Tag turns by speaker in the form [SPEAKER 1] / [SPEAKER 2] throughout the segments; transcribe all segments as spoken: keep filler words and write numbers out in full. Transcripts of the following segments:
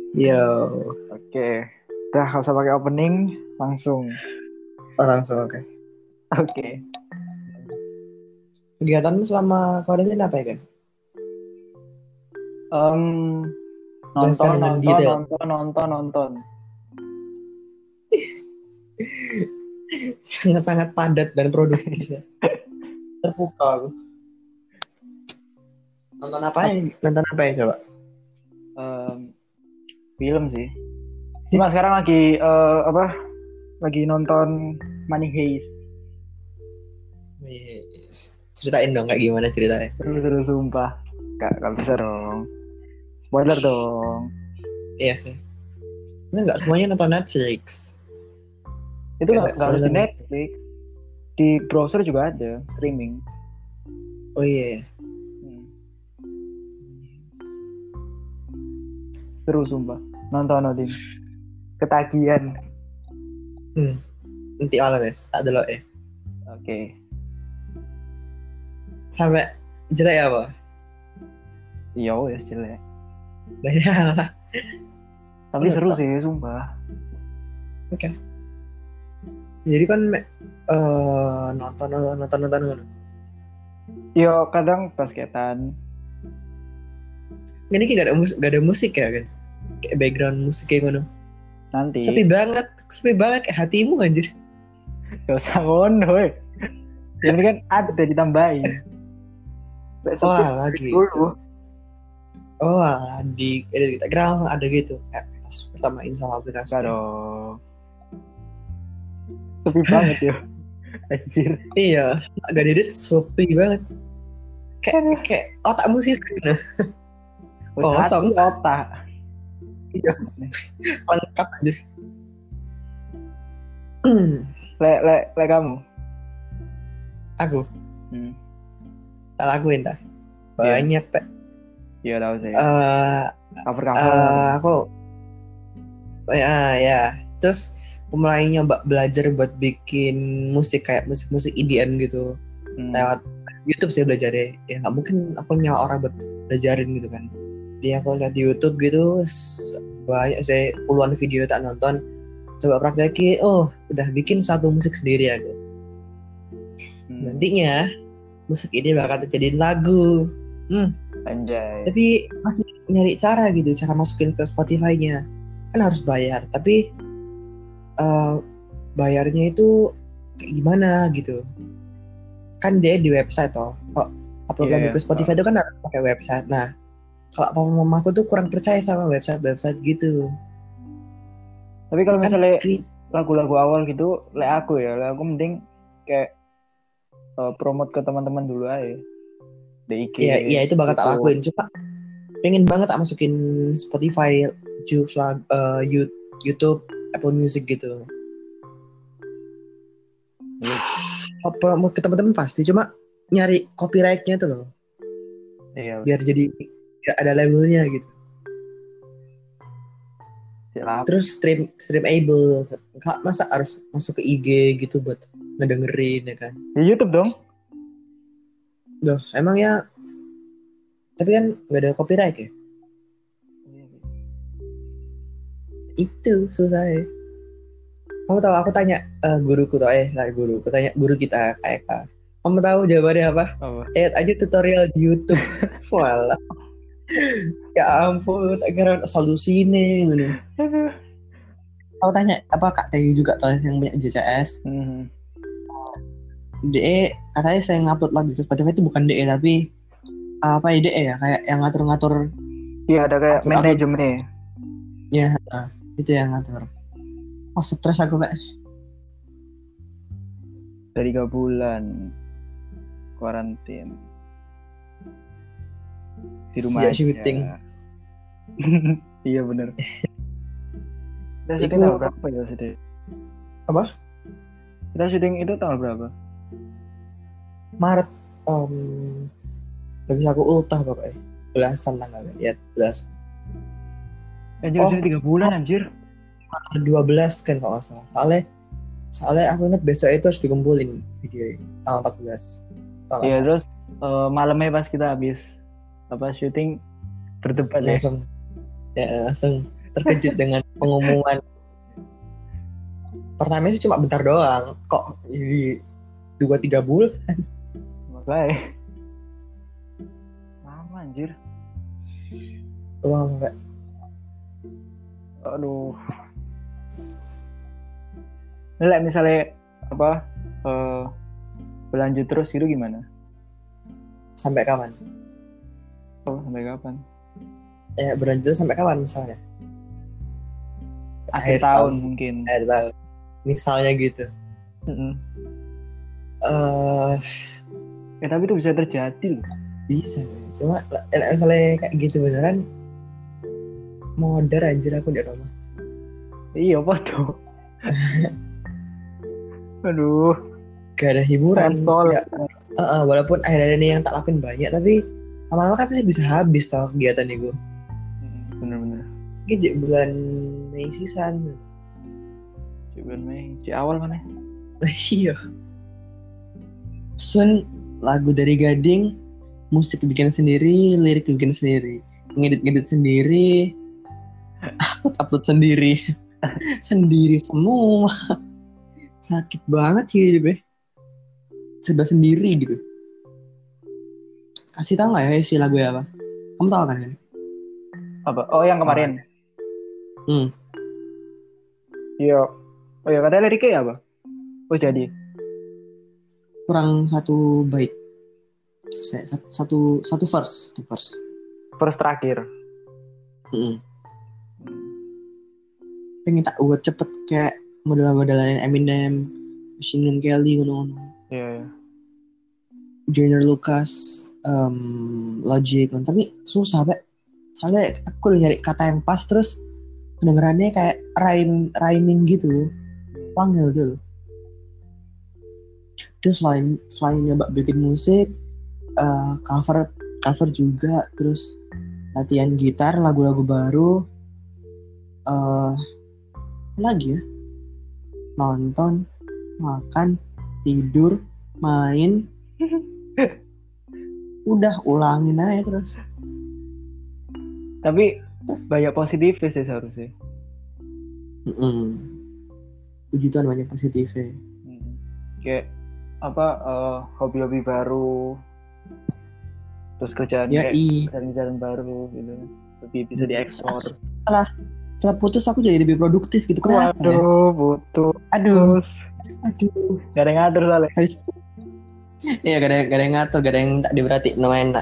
[SPEAKER 1] Yo,
[SPEAKER 2] Oke, udah nggak usah pakai opening, langsung.
[SPEAKER 1] oh, langsung oke.
[SPEAKER 2] Oke,
[SPEAKER 1] Kegiatanmu selama karantina apa ya kan?
[SPEAKER 2] Em,
[SPEAKER 1] Jelaskan
[SPEAKER 2] nonton,
[SPEAKER 1] dengan
[SPEAKER 2] nonton,
[SPEAKER 1] detail.
[SPEAKER 2] nonton, nonton, nonton.
[SPEAKER 1] Sangat-sangat padat dan produktif ya. Terpukau aku. Nonton apa ya?
[SPEAKER 2] Ap-
[SPEAKER 1] Nonton apa ya coba?
[SPEAKER 2] em, Film sih. Cuma sekarang lagi eh, apa? Lagi nonton Money Heist.
[SPEAKER 1] Yes. Ceritain dong kayak gimana ceritanya.
[SPEAKER 2] Seru-seru sumpah. Gak, gak bisa dong. Spoiler dong.
[SPEAKER 1] Iya sih. Ini nggak semuanya nonton Netflix.
[SPEAKER 2] Itu
[SPEAKER 1] Kayak
[SPEAKER 2] nggak
[SPEAKER 1] nggak
[SPEAKER 2] nggak harus di
[SPEAKER 1] spoiler.
[SPEAKER 2] Netflix. Di browser juga ada streaming.
[SPEAKER 1] Oh iya.
[SPEAKER 2] Hmm, Seru sumpah. Nonton Odin. Ketagihan.
[SPEAKER 1] Hmm. Nanti malam ya. Tak dulu ya.
[SPEAKER 2] Oke.
[SPEAKER 1] Sampai jelek ya apa?
[SPEAKER 2] Iya wes jelek.
[SPEAKER 1] Banyak lah. Oh,
[SPEAKER 2] Tapi seru
[SPEAKER 1] tetap.
[SPEAKER 2] sih sumpah.
[SPEAKER 1] Oke. Jadi kan eh, nonton nonton nonton nonton nonton.
[SPEAKER 2] Yo kadang basketan.
[SPEAKER 1] Ini kayak gak ada musik, gak ada musik ya kan? Kayak background musik kayak ngono. Sepi
[SPEAKER 2] Nanti
[SPEAKER 1] banget, sepi banget kayak hatimu anjir.
[SPEAKER 2] gak usah ngono we. Yang ini kan ada ditambahin. Lek sepi
[SPEAKER 1] Wah lagi itu.
[SPEAKER 2] dulu.
[SPEAKER 1] Oh alah, di edit kita kira ada gitu. Kayak pas pertama install
[SPEAKER 2] Gak
[SPEAKER 1] aplikasinya.
[SPEAKER 2] dong. Sepi banget ya. Anjir.
[SPEAKER 1] Iya, gak edit sepi banget. Kayak
[SPEAKER 2] Aduh.
[SPEAKER 1] kayak otakmu sih nah,
[SPEAKER 2] Wes hati
[SPEAKER 1] kosong.
[SPEAKER 2] otak.
[SPEAKER 1] Iya, lengkap aja.
[SPEAKER 2] Lek lek lek kamu.
[SPEAKER 1] Aku,
[SPEAKER 2] Hmm.
[SPEAKER 1] tak lakuin tak.
[SPEAKER 2] Iya.
[SPEAKER 1] Banyak pak.
[SPEAKER 2] Iya tahu sih.
[SPEAKER 1] Eh,
[SPEAKER 2] Cover cover.
[SPEAKER 1] eh, aku, ya ya. Terus aku mulai nyoba belajar buat bikin musik kayak musik-musik E D M gitu.
[SPEAKER 2] Hmm.
[SPEAKER 1] Lewat YouTube sih belajarnya. Ya nggak mungkin aku nyawa orang buat belajarin gitu kan. Dia aku lihat di YouTube gitu banyak saya puluhan video tak nonton, coba praktekin, oh udah bikin satu musik sendiri aku.
[SPEAKER 2] Hmm.
[SPEAKER 1] Nantinya musik ini bakal dijadiin lagu. Hmm.
[SPEAKER 2] Anjay.
[SPEAKER 1] Tapi masih nyari cara gitu, cara masukin ke Spotify-nya. Kan harus bayar, tapi uh, bayarnya itu kayak gimana gitu. Kan dia di website toh. Kok upload
[SPEAKER 2] Iya,
[SPEAKER 1] lagu
[SPEAKER 2] iya.
[SPEAKER 1] ke Spotify itu kan harus pakai website. Nah, kalau papa mamaku tuh kurang percaya sama website-website gitu.
[SPEAKER 2] Tapi kalau
[SPEAKER 1] Kan
[SPEAKER 2] misalnya
[SPEAKER 1] free.
[SPEAKER 2] lagu-lagu awal gitu, lek aku ya, lek aku mending kayak uh, promote ke teman-teman dulu aja. Di I G,
[SPEAKER 1] Ya, ya itu bakal tak
[SPEAKER 2] YouTube.
[SPEAKER 1] lakuin. Cuma pengen banget tak masukin Spotify, Juice, uh, YouTube, Apple Music gitu. Oh, promote ke teman-teman pasti. Cuma nyari copyright-nya tuh loh.
[SPEAKER 2] Iya.
[SPEAKER 1] Biar jadi biar ada labelnya gitu.
[SPEAKER 2] Siap.
[SPEAKER 1] Terus stream streamable. Nggak, masa harus masuk ke I G gitu buat ngedengerin ya kan.
[SPEAKER 2] Di YouTube dong.
[SPEAKER 1] Loh, emang ya, tapi kan nggak ada copyright ya. Itu susah ya. Kamu tahu aku tanya uh, guruku tuh eh lah guruku tanya guru kita kayak K. Kamu tahu jawabannya apa?
[SPEAKER 2] Apa?
[SPEAKER 1] Lihat aja tutorial di YouTube. Walah. Ya ampun, akhirnya solusi ini.
[SPEAKER 2] Aduh.
[SPEAKER 1] Aku tanya apa Kak Teh juga tuh yang punya J C S.
[SPEAKER 2] Hmm.
[SPEAKER 1] D E katanya saya ngupload lagi ke Spotify itu bukan D E tapi apa ya D E ya kayak yang ngatur-ngatur.
[SPEAKER 2] Iya ada kayak
[SPEAKER 1] upload,
[SPEAKER 2] manajemennya.
[SPEAKER 1] Ya, itu yang ngatur. Oh stres aku Kak.
[SPEAKER 2] Dari tiga bulan karantin di rumah
[SPEAKER 1] Sejak
[SPEAKER 2] aja.
[SPEAKER 1] syuting.
[SPEAKER 2] Iya bener. Kita
[SPEAKER 1] Itu
[SPEAKER 2] syuting tanggal berapa ya syuting?
[SPEAKER 1] apa?
[SPEAKER 2] Kita syuting itu tanggal berapa?
[SPEAKER 1] Maret. Um, habis aku ultah pokoknya. Belasan tanggalnya. Ya belas.
[SPEAKER 2] Anjir
[SPEAKER 1] Oh.
[SPEAKER 2] udah tiga bulan anjir.
[SPEAKER 1] dua belas kan kalau nggak salah. Soalnya soalnya aku ingat besok itu harus dikumpulin video tanggal empat belas.
[SPEAKER 2] Iya terus uh, malamnya pas kita habis apa syuting berdebat
[SPEAKER 1] langsung
[SPEAKER 2] ya.
[SPEAKER 1] ya langsung terkejut dengan pengumuman. Pertama sih cuma bentar doang, kok jadi dua tiga bulan.
[SPEAKER 2] Makanya. Lama anjir.
[SPEAKER 1] Wah, enggak.
[SPEAKER 2] Aduh. Nah, misalnya apa uh, berlanjut terus gitu gimana?
[SPEAKER 1] Sampai kapan?
[SPEAKER 2] Oh, sampai kapan?
[SPEAKER 1] Ya berlanjut terus sampai kapan misalnya?
[SPEAKER 2] Akhir, tahun, tahun mungkin.
[SPEAKER 1] Akhir tahun. Misalnya gitu.
[SPEAKER 2] Mm-mm.
[SPEAKER 1] Uh,
[SPEAKER 2] ya tapi itu bisa terjadi loh.
[SPEAKER 1] Bisa. Cuma misalnya kayak gitu beneran modar anjir aku di rumah.
[SPEAKER 2] Iya apa tuh? Aduh.
[SPEAKER 1] Gak ada hiburan. Ya, uh, uh, walaupun akhir-akhir ini yang tak lakuin banyak, tapi lama-lama kan pasti bisa habis tau kegiatan itu.
[SPEAKER 2] Bener-bener.
[SPEAKER 1] Ini bulan Mei sisan.
[SPEAKER 2] Bulan Mei, di awal mana?
[SPEAKER 1] Iya. Sun lagu dari Gading, musik bikin sendiri, lirik bikin sendiri, ngedit-ngedit sendiri, upload sendiri, sendiri semua. Sakit banget sih hidup ya. Serba sendiri gitu. Kasih tahu nggak ya isi lagu apa? Kamu tahu kan?
[SPEAKER 2] Apa? Oh yang kemarin.
[SPEAKER 1] Hmm.
[SPEAKER 2] Iya. Oh ya katanya liriknya ya apa? Oh jadi.
[SPEAKER 1] Kurang satu bait. Satu satu, satu verse, satu verse.
[SPEAKER 2] Verse terakhir.
[SPEAKER 1] Hmm. Pengen tak buat cepet kayak model-modelanin Eminem, Machine Gun Kelly, ngono-ngono.
[SPEAKER 2] Iya. Yeah, yeah.
[SPEAKER 1] Joyner Lucas, um, Logic, tapi susah Pak. Soalnya aku udah nyari kata yang pas terus kedengerannya kayak rhyme, rhyming gitu, panggil tuh. Terus selain selain nyoba bikin musik, uh, cover cover juga, terus latihan gitar, lagu-lagu baru, uh, lagi ya. Nonton, makan, tidur, main, udah ulangin aja terus.
[SPEAKER 2] Tapi banyak positifnya sih seharusnya.
[SPEAKER 1] Mm-mm. Puji Tuhan banyak positifnya.
[SPEAKER 2] Hmm. Kayak apa uh, hobi-hobi baru, terus kerjaan
[SPEAKER 1] ya,
[SPEAKER 2] kayak kerjaan baru gitu, lebih bisa diekspor.
[SPEAKER 1] Setelah setelah putus aku jadi lebih produktif gitu. Kenapa?
[SPEAKER 2] Aduh, ya? Butuh.
[SPEAKER 1] Aduh. Aduh.
[SPEAKER 2] Gak ada yang ngatur soalnya.
[SPEAKER 1] Habis. Iya, gak ada, gak ada yang ngatur, gak ada yang tak diberarti, no enak.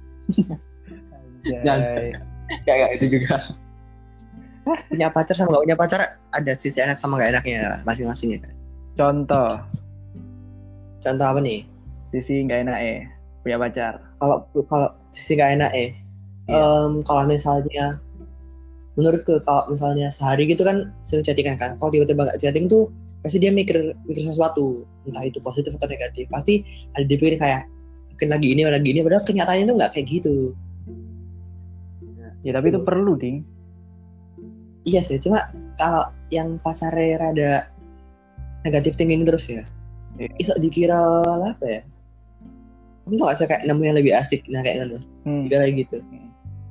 [SPEAKER 1] Gak, gak, gak itu juga. Punya pacar sama gak punya pacar ada sisi enak sama gak enaknya masing-masing ya.
[SPEAKER 2] Contoh.
[SPEAKER 1] Contoh apa nih?
[SPEAKER 2] Sisi gak enak eh punya pacar.
[SPEAKER 1] Kalau kalau sisi gak enak eh, iya. um, kalau misalnya menurutku kalau misalnya sehari gitu kan sering chattingan kan, kalau tiba-tiba gak chatting tuh pasti dia mikir mikir sesuatu, entah itu positif atau negatif. Pasti ada dipikir kayak mungkin lagi ini lagi ini, padahal kenyataannya tuh nggak kayak gitu.
[SPEAKER 2] Nah, ya tapi itu perlu ding.
[SPEAKER 1] Iya sih, cuma kalau yang pacarnya rada negatif thinking terus ya, yeah. Iso dikira apa ya? Kamu tau gak sih kayak nemu yang lebih asik, nah kayak gitu, hmm. dikira gitu. Hmm.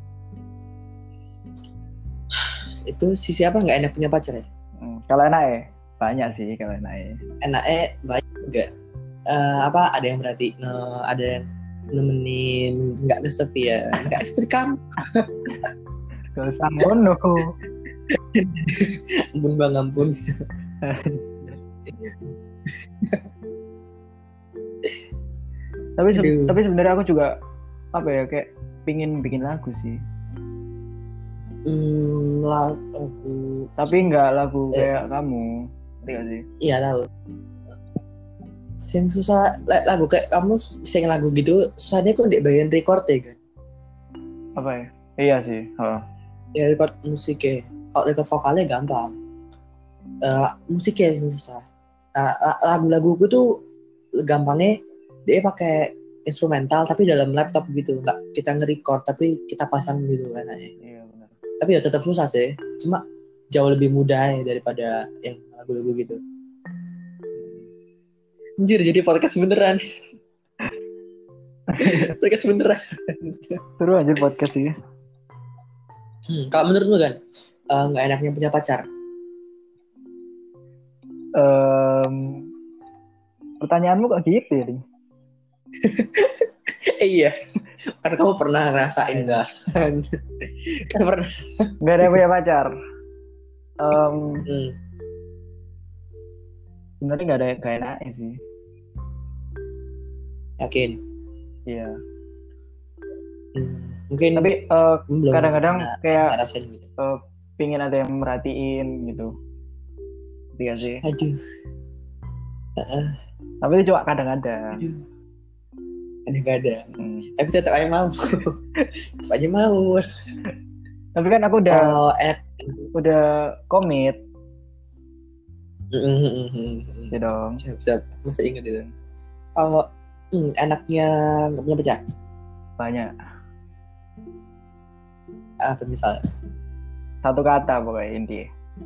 [SPEAKER 1] Itu sisi apa nggak enak punya pacar ya?
[SPEAKER 2] Hmm. Kalau enak ya banyak sih kalau enak ya.
[SPEAKER 1] Enaknya banyak juga. Uh, apa ada yang berarti no, ada yang nemenin, nggak kesepian, nggak seperti kamu.
[SPEAKER 2] Gak usah ngono.
[SPEAKER 1] Ampun bang, ampun.
[SPEAKER 2] tapi se- tapi sebenarnya aku juga apa ya kayak pingin bikin lagu sih.
[SPEAKER 1] Hmm, lagu.
[SPEAKER 2] Tapi nggak lagu eh. kayak kamu, ngerti gak sih?
[SPEAKER 1] Iya tahu. Yang susah lagu kayak kamu sing lagu gitu susahnya kok di bagian record ya kan?
[SPEAKER 2] Apa ya? Iya sih. Oh.
[SPEAKER 1] Ya record musiknya. Kalau record vokalnya gampang. Uh, musiknya yang susah. Nah, lagu-laguku tuh gampangnya dia pakai instrumental tapi dalam laptop gitu, nggak kita nge-record tapi kita pasang gitu kan. Iya benar. Tapi ya tetap susah sih. Cuma jauh lebih mudah ya daripada yang lagu-lagu gitu. Anjir, jadi podcast beneran. Podcast beneran.
[SPEAKER 2] Seru aja podcast ini.
[SPEAKER 1] Hmm, kalau menurutmu kan, eh, nggak enaknya punya pacar?
[SPEAKER 2] Em, pertanyaanmu kok gitu ya, Ding?
[SPEAKER 1] Eh, iya, kan kamu pernah ngerasain
[SPEAKER 2] Iya.
[SPEAKER 1] kan? Kan pernah.
[SPEAKER 2] Nggak ada yang punya pacar. Em,
[SPEAKER 1] Hmm,
[SPEAKER 2] sebenarnya nggak ada yang nggak enaknya sih.
[SPEAKER 1] yakin.
[SPEAKER 2] Iya.
[SPEAKER 1] Hmm, mungkin
[SPEAKER 2] Tapi eh,
[SPEAKER 1] kamu belum
[SPEAKER 2] kadang-kadang
[SPEAKER 1] pernah
[SPEAKER 2] kayak
[SPEAKER 1] ngerasain gitu.
[SPEAKER 2] eh, pingin ada yang merhatiin gitu. Iya sih.
[SPEAKER 1] Aduh, Heeh,
[SPEAKER 2] Tapi itu cuma kadang-kadang.
[SPEAKER 1] aduh, kadang-kadang.
[SPEAKER 2] Hmm.
[SPEAKER 1] Tapi tetap aja mau, tetap aja mau.
[SPEAKER 2] Tapi kan aku udah
[SPEAKER 1] Kalau enak,
[SPEAKER 2] udah komit,
[SPEAKER 1] Hmm,
[SPEAKER 2] ya dong.
[SPEAKER 1] siap-siap, masih ingat itu. Kalau hmm, enaknya nggak punya pacar,
[SPEAKER 2] Banyak.
[SPEAKER 1] apa misalnya?
[SPEAKER 2] Satu kata pokoknya inti.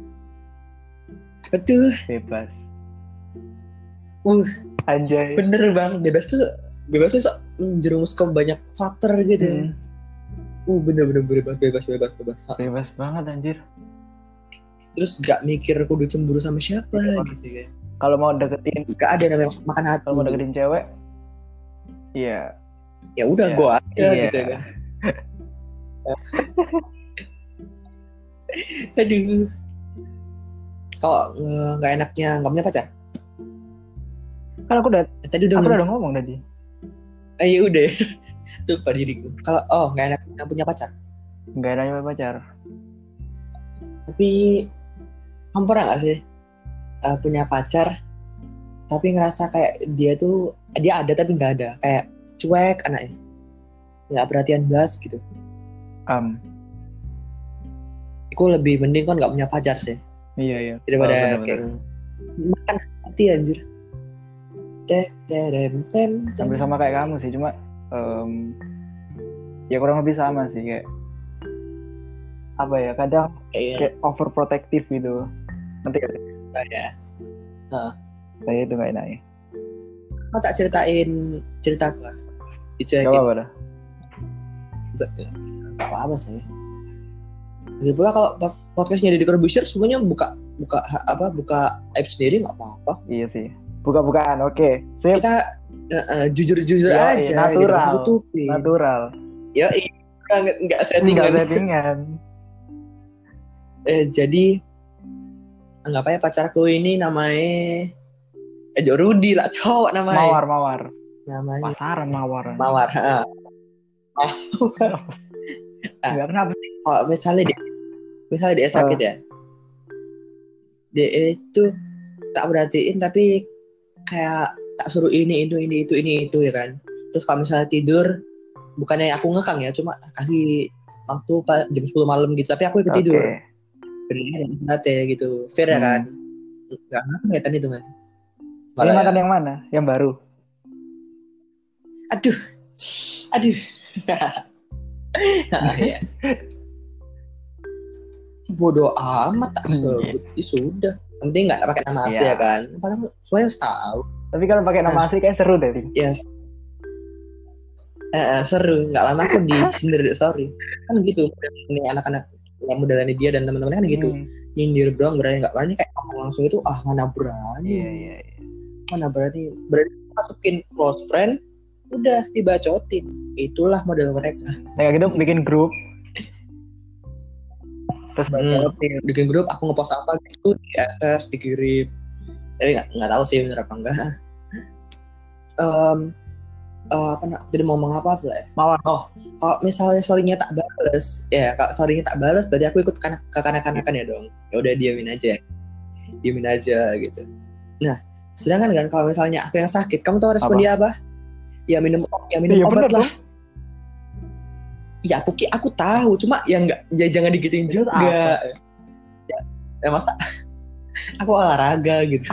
[SPEAKER 1] Betul,
[SPEAKER 2] Bebas.
[SPEAKER 1] uh,
[SPEAKER 2] Anjay.
[SPEAKER 1] bener bang, bebas tuh, bebas tuh sok menjerumus ke banyak faktor gitu.
[SPEAKER 2] Hmm,
[SPEAKER 1] Uh, bener-bener bebas, bebas, bebas, bebas.
[SPEAKER 2] bebas banget anjir.
[SPEAKER 1] Terus gak mikir kudu cemburu sama siapa
[SPEAKER 2] Iya.
[SPEAKER 1] gitu kan.
[SPEAKER 2] Kalau mau deketin,
[SPEAKER 1] Gak ada namanya makan hati.
[SPEAKER 2] kalau mau deketin cewek, iya.
[SPEAKER 1] Ya udah,
[SPEAKER 2] Iya.
[SPEAKER 1] go aja
[SPEAKER 2] Iya.
[SPEAKER 1] gitu kan. Aduh. Kalau eh, nggak enaknya nggak punya pacar,
[SPEAKER 2] Kan aku udah,
[SPEAKER 1] Eh, tadi udah
[SPEAKER 2] aku
[SPEAKER 1] ngomong.
[SPEAKER 2] udah ngomong tadi.
[SPEAKER 1] Ah, ya udah. Lupa diriku. Kalau oh nggak enaknya punya pacar,
[SPEAKER 2] Nggak ada yang punya pacar.
[SPEAKER 1] tapi kamu pernah nggak sih eh, punya pacar, tapi ngerasa kayak dia tuh dia ada tapi nggak ada, kayak cuek anaknya, nggak perhatian belas gitu.
[SPEAKER 2] Um,
[SPEAKER 1] Aku lebih mending kan nggak punya pacar sih
[SPEAKER 2] iya iya.
[SPEAKER 1] daripada
[SPEAKER 2] Oh, bener-bener.
[SPEAKER 1] kayak makan hati anjir. Teh terem tem tem.
[SPEAKER 2] Hampir sama kayak kamu sih, cuma em, ya kurang lebih sama sih kayak apa ya, kadang
[SPEAKER 1] Kayak
[SPEAKER 2] kayak overprotective gitu. Nanti kan
[SPEAKER 1] ya.
[SPEAKER 2] saya itu nggak enaknya.
[SPEAKER 1] Mau tak ceritain ceritaku lah. Dicuekin.
[SPEAKER 2] Gak apa-apa dah.
[SPEAKER 1] Gak apa-apa sih. Jadi pula kalau podcastnya di Corbusier semuanya buka buka apa buka aib sendiri nggak apa-apa.
[SPEAKER 2] Iya sih. Buka-bukaan, oke. Sip.
[SPEAKER 1] Kita uh, uh, jujur-jujur
[SPEAKER 2] Yoi,
[SPEAKER 1] aja,
[SPEAKER 2] natural.
[SPEAKER 1] gitu, nggak tutupin.
[SPEAKER 2] Natural.
[SPEAKER 1] Ya iya, nggak nggak settingan.
[SPEAKER 2] Nggak settingan.
[SPEAKER 1] Eh, jadi nggak apa ya, pacarku ini namanya eh Rudi lah, cowok namanya.
[SPEAKER 2] Mawar, mawar.
[SPEAKER 1] Namanya
[SPEAKER 2] Pasaran mawar.
[SPEAKER 1] Mawar. Ha.
[SPEAKER 2] Enggak kenapa sih?
[SPEAKER 1] Oh, misalnya dia, misalnya dia sakit
[SPEAKER 2] Uh.
[SPEAKER 1] ya, dia itu tak perhatiin tapi kayak tak suruh ini itu ini itu ini itu ya kan. Terus kalau misalnya tidur, bukannya aku ngekang ya, cuma kasih waktu pak jam sepuluh malam gitu, tapi aku ikut
[SPEAKER 2] Oke.
[SPEAKER 1] tidur. Bener ya gitu, fair ya
[SPEAKER 2] Hmm.
[SPEAKER 1] kan? Nggak nggak kan itu kan?
[SPEAKER 2] Ini
[SPEAKER 1] Malah
[SPEAKER 2] makan
[SPEAKER 1] ya.
[SPEAKER 2] yang mana? Yang baru?
[SPEAKER 1] Aduh, aduh. Nah, ya. Bodoh amat, tak sebut. Ya sudah. Penting nggak pakai nama asli
[SPEAKER 2] Iya.
[SPEAKER 1] ya kan? Padahal semuanya harus tahu.
[SPEAKER 2] Tapi kalau pakai nama
[SPEAKER 1] Nah.
[SPEAKER 2] asli kayak seru deh, Ding.
[SPEAKER 1] Yes. Eh, eh, seru. Nggak lama aku di sindir story. Kan gitu. Ini anak-anak yang modelannya dia dan teman-temannya kan gitu.
[SPEAKER 2] Hmm.
[SPEAKER 1] Nyindir doang, berani nggak berani kayak ngomong langsung itu. Ah, mana berani?
[SPEAKER 2] Iya, iya, iya.
[SPEAKER 1] Mana berani? Berani masukin close friend. Udah dibacotin. Itulah model mereka.
[SPEAKER 2] Nah, kayak gitu bikin grup. Terus
[SPEAKER 1] Hmm.
[SPEAKER 2] bacotin.
[SPEAKER 1] Bikin grup, aku ngepost apa gitu, di access, dikirim. Tapi nggak nggak tahu sih bener apa enggak. Um, uh, apa nak? Tadi mau ngomong apa pula ya?
[SPEAKER 2] Mawar.
[SPEAKER 1] Oh, kalau misalnya story-nya tak balas, ya kalau story-nya tak balas, berarti aku ikut kanak kekanak-kanakan ya dong. Ya udah diamin aja, diamin aja gitu. Nah, sedangkan kan kalau misalnya aku yang sakit, kamu tahu respon
[SPEAKER 2] Apa?
[SPEAKER 1] dia apa? Ya minum, ya minum
[SPEAKER 2] Iya,
[SPEAKER 1] obat
[SPEAKER 2] bener
[SPEAKER 1] lah. Ya aku ki- aku tahu, cuma ya nggak, ya jangan digituin
[SPEAKER 2] Terus
[SPEAKER 1] juga. Ya, ya masa aku olahraga gitu.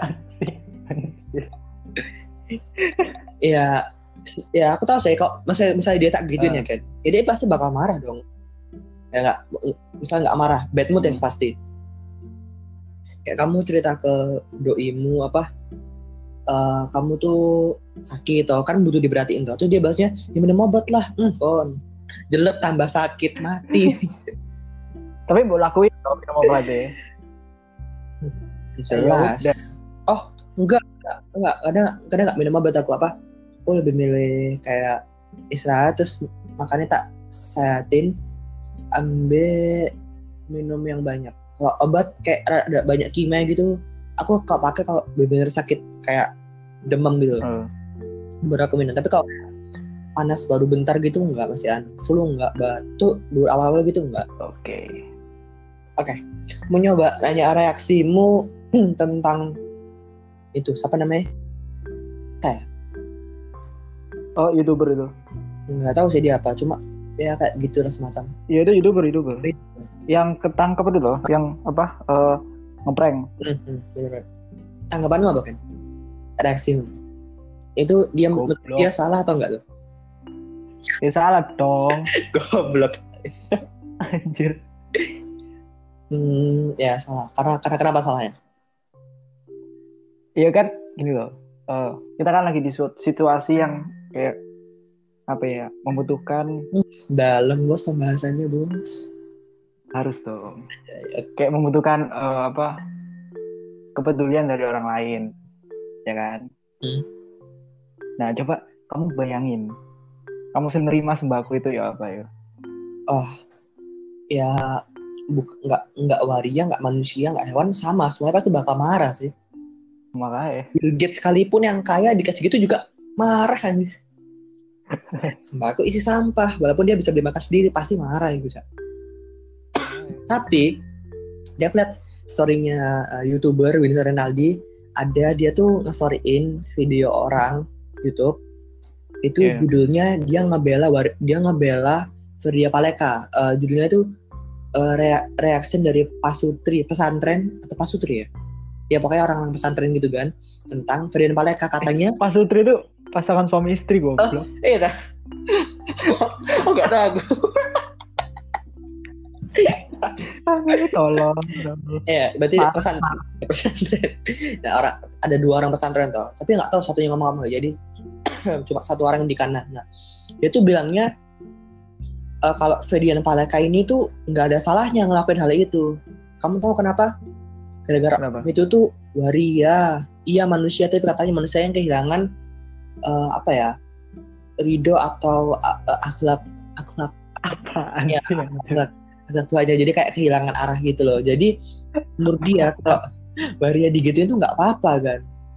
[SPEAKER 1] Ya, ya aku tahu sih kok. Misalnya, misalnya dia tak gituin
[SPEAKER 2] Uh.
[SPEAKER 1] ya kan, ya dia pasti bakal marah dong. Ya nggak, misalnya nggak marah, bad mood ya
[SPEAKER 2] Hmm.
[SPEAKER 1] pasti. Kayak kamu cerita ke doimu apa? eh, kamu tuh sakit toh, kan butuh diperhatiin toh. Terus dia bahasnya, ya minum obat lah. Hmm, kon. Jelek tambah sakit, mati.
[SPEAKER 2] Tapi mau lakuin kalau minum obat ya.
[SPEAKER 1] Jelas. Oh, enggak, enggak, enggak, kadang kadang enggak minum obat aku apa? Aku lebih milih kayak istirahat terus makannya tak sehatin, ambil minum yang banyak. Kalau obat kayak ada banyak kimia gitu, aku kalau pakai kalau benar-benar sakit kayak demam gitu.
[SPEAKER 2] Hmm.
[SPEAKER 1] Baru aku minum. Tapi kalau panas baru bentar gitu enggak, masih an flu enggak, batuk baru awal-awal gitu enggak.
[SPEAKER 2] Oke. Okay.
[SPEAKER 1] Oke. Okay. Mau nyoba nanya reaksimu tentang itu siapa namanya? Kayak
[SPEAKER 2] oh, YouTuber itu.
[SPEAKER 1] Enggak tahu sih dia apa, cuma ya kayak gitu lah semacam.
[SPEAKER 2] Iya, itu YouTuber, YouTuber. Yang ketangkep itu loh, yang apa? Uh, ngeprank.
[SPEAKER 1] Mm-hmm, bener. Tanggapanmu apa kan? Reaksimu? Itu dia
[SPEAKER 2] Goblok.
[SPEAKER 1] Dia salah atau enggak tuh?
[SPEAKER 2] Ya salah dong.
[SPEAKER 1] Goblok.
[SPEAKER 2] Anjir.
[SPEAKER 1] Hmm, ya salah. Karena karena kenapa salahnya?
[SPEAKER 2] Iya kan, gini loh. Uh, kita kan lagi di situasi yang kayak apa ya, membutuhkan.
[SPEAKER 1] Dalam bos pembahasannya bos.
[SPEAKER 2] Harus dong.
[SPEAKER 1] Ya, ya.
[SPEAKER 2] Kayak membutuhkan uh, apa? Kepedulian dari orang lain, ya kan?
[SPEAKER 1] Hmm.
[SPEAKER 2] Nah, coba kamu bayangin, kamu menerima sembako itu ya apa ya?
[SPEAKER 1] Oh, ya buk, nggak nggak waria, nggak manusia, nggak hewan, sama semuanya pasti bakal marah sih.
[SPEAKER 2] Makanya
[SPEAKER 1] Bill Gates sekalipun yang kaya dikasih gitu juga marah aja. Sembako isi sampah, walaupun dia bisa beli makan sendiri pasti marah ya bisa. Tapi dia lihat storynya uh, YouTuber Winsor Renaldi, ada dia tuh nge-storyin video orang YouTube itu yeah. Judulnya dia ngebela dia ngebela Surya Paleka. Uh, judulnya itu uh, rea- reaction dari pasutri pesantren atau pasutri ya. Ya pokoknya orang pesantren gitu kan, tentang Ferdian Paleka katanya.
[SPEAKER 2] Eh, pasutri itu pasangan suami istri goblok.
[SPEAKER 1] Oh, iya dah. Oh enggak tahu.
[SPEAKER 2] Tolong.
[SPEAKER 1] Ya, berarti pesantren. pesantren. Nah, orang ada dua orang pesantren toh, tapi nggak tahu satunya ngomong apa. Jadi cuma satu orang di kanan. Nah, dia tuh bilangnya uh, kalau Ferdian Paleka ini tuh nggak ada salahnya ngelakuin hal itu. Kamu tahu kenapa? Gara-gara kenapa? Itu tuh waria. Iya manusia, tapi katanya manusia yang kehilangan uh, apa ya? Ridho atau uh, akhlak akhlak
[SPEAKER 2] apaan
[SPEAKER 1] ya, akhlak akhlak tuh aja, jadi kayak kehilangan arah gitu loh. Jadi menurut dia kalau waria digituin tuh nggak apa-apa kan.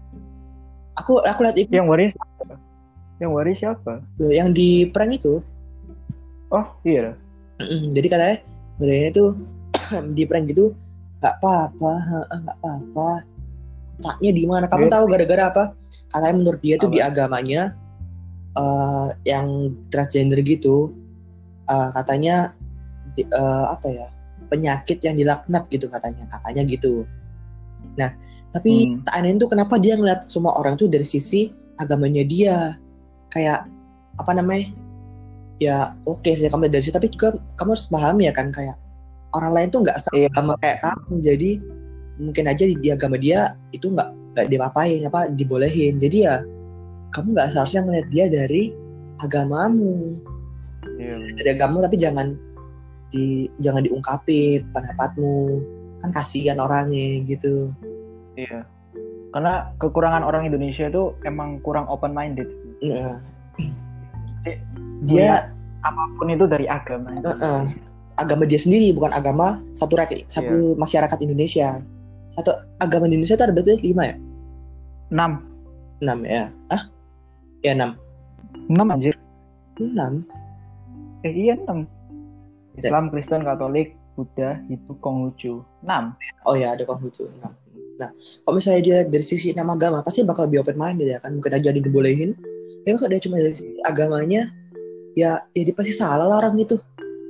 [SPEAKER 1] Aku aku lihat itu
[SPEAKER 2] yang waris siapa? Yang waris siapa?
[SPEAKER 1] Loh, yang di prank itu.
[SPEAKER 2] Oh iya.
[SPEAKER 1] Mm-mm. Jadi katanya warianya tuh di prank gitu nggak apa-apa, nggak apa-apa. Taknya di mana? Kamu tahu gara-gara apa? Katanya menurut dia tuh apa? Di agamanya uh, yang transgender gitu, uh, katanya di, uh, apa ya, penyakit yang dilaknat gitu katanya, katanya gitu. Nah, tapi hmm. tak aneh tuh kenapa dia ngeliat semua orang tuh dari sisi agamanya dia, kayak apa namanya? Ya oke okay sih kamu dari sisi, tapi juga kamu harus paham ya kan, kayak orang lain tuh nggak sama iya. Kayak kamu, jadi mungkin aja di, di agama dia itu nggak nggak dipapain apa dibolehin, jadi ya kamu nggak seharusnya ngeliat dia dari agamamu, iya. Dari agamamu, tapi jangan di jangan diungkapin pendapatmu, kan kasihan orangnya gitu.
[SPEAKER 2] Iya, karena kekurangan orang Indonesia itu emang kurang open minded.
[SPEAKER 1] Nah.
[SPEAKER 2] Jadi, dia apapun itu dari agama.
[SPEAKER 1] Uh-uh. Agama dia sendiri, bukan agama satu rakyat, satu yeah. masyarakat Indonesia. Satu agama di Indonesia itu ada berapa? Lima ya?
[SPEAKER 2] Enam.
[SPEAKER 1] Enam ya? Ah? Ya enam.
[SPEAKER 2] Enam anjir.
[SPEAKER 1] Enam.
[SPEAKER 2] Eh iya enam. Islam, Kristen, Katolik, Buddha, Hindu, Konghucu. Enam.
[SPEAKER 1] Oh ya, ada Konghucu. Enam. Nah, kalau misalnya dia dari sisi enam agama, pasti bakal lebih open minded ya kan? Mungkin aja dibolehin. Tapi kalau dia cuma dari sisi agamanya, ya jadi pasti salah lah orang itu.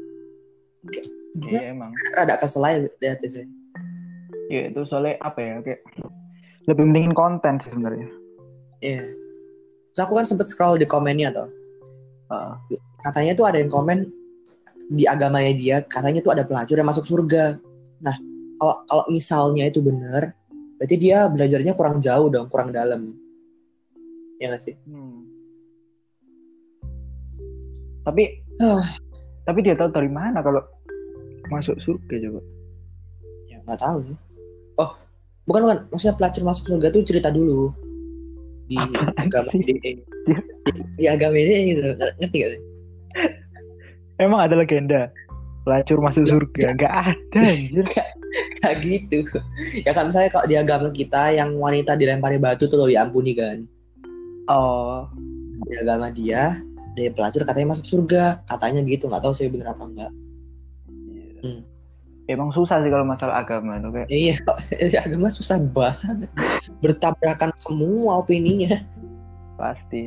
[SPEAKER 2] Iya emang.
[SPEAKER 1] Ada kesel aja lihat sih.
[SPEAKER 2] Iya itu soalnya apa ya, kayak lebih mendingin konten sih sebenarnya.
[SPEAKER 1] Iya. Terus aku kan sempet scroll di komennya toh. Uh. Katanya tuh ada yang komen di agamanya dia, katanya tuh ada pelacur yang masuk surga. Nah, kalau kalau misalnya itu benar, berarti dia belajarnya kurang jauh dong, kurang dalam. Ya nggak sih? Hmm.
[SPEAKER 2] Tapi, uh. tapi dia tahu dari mana kalau masuk surga coba?
[SPEAKER 1] Ya nggak tahu sih. Oh, bukan bukan. Maksudnya pelacur masuk surga tuh cerita dulu di
[SPEAKER 2] Apaan
[SPEAKER 1] agama
[SPEAKER 2] sih?
[SPEAKER 1] ini. Di, di agama ini gitu. Ngerti gak sih?
[SPEAKER 2] Emang ada legenda pelacur masuk
[SPEAKER 1] Loh,
[SPEAKER 2] surga? Gak ada anjir.
[SPEAKER 1] kayak gitu. Ya kan misalnya kalau di agama kita yang wanita dilempari batu tuh loh diampuni kan.
[SPEAKER 2] Oh,
[SPEAKER 1] Di agama dia, dia pelacur katanya masuk surga. Katanya gitu, nggak tahu sih bener apa enggak. Hmm.
[SPEAKER 2] emang susah sih kalau masalah agama tuh kayak.
[SPEAKER 1] Iya, agama susah banget. Bertabrakan semua opininya.
[SPEAKER 2] Pasti.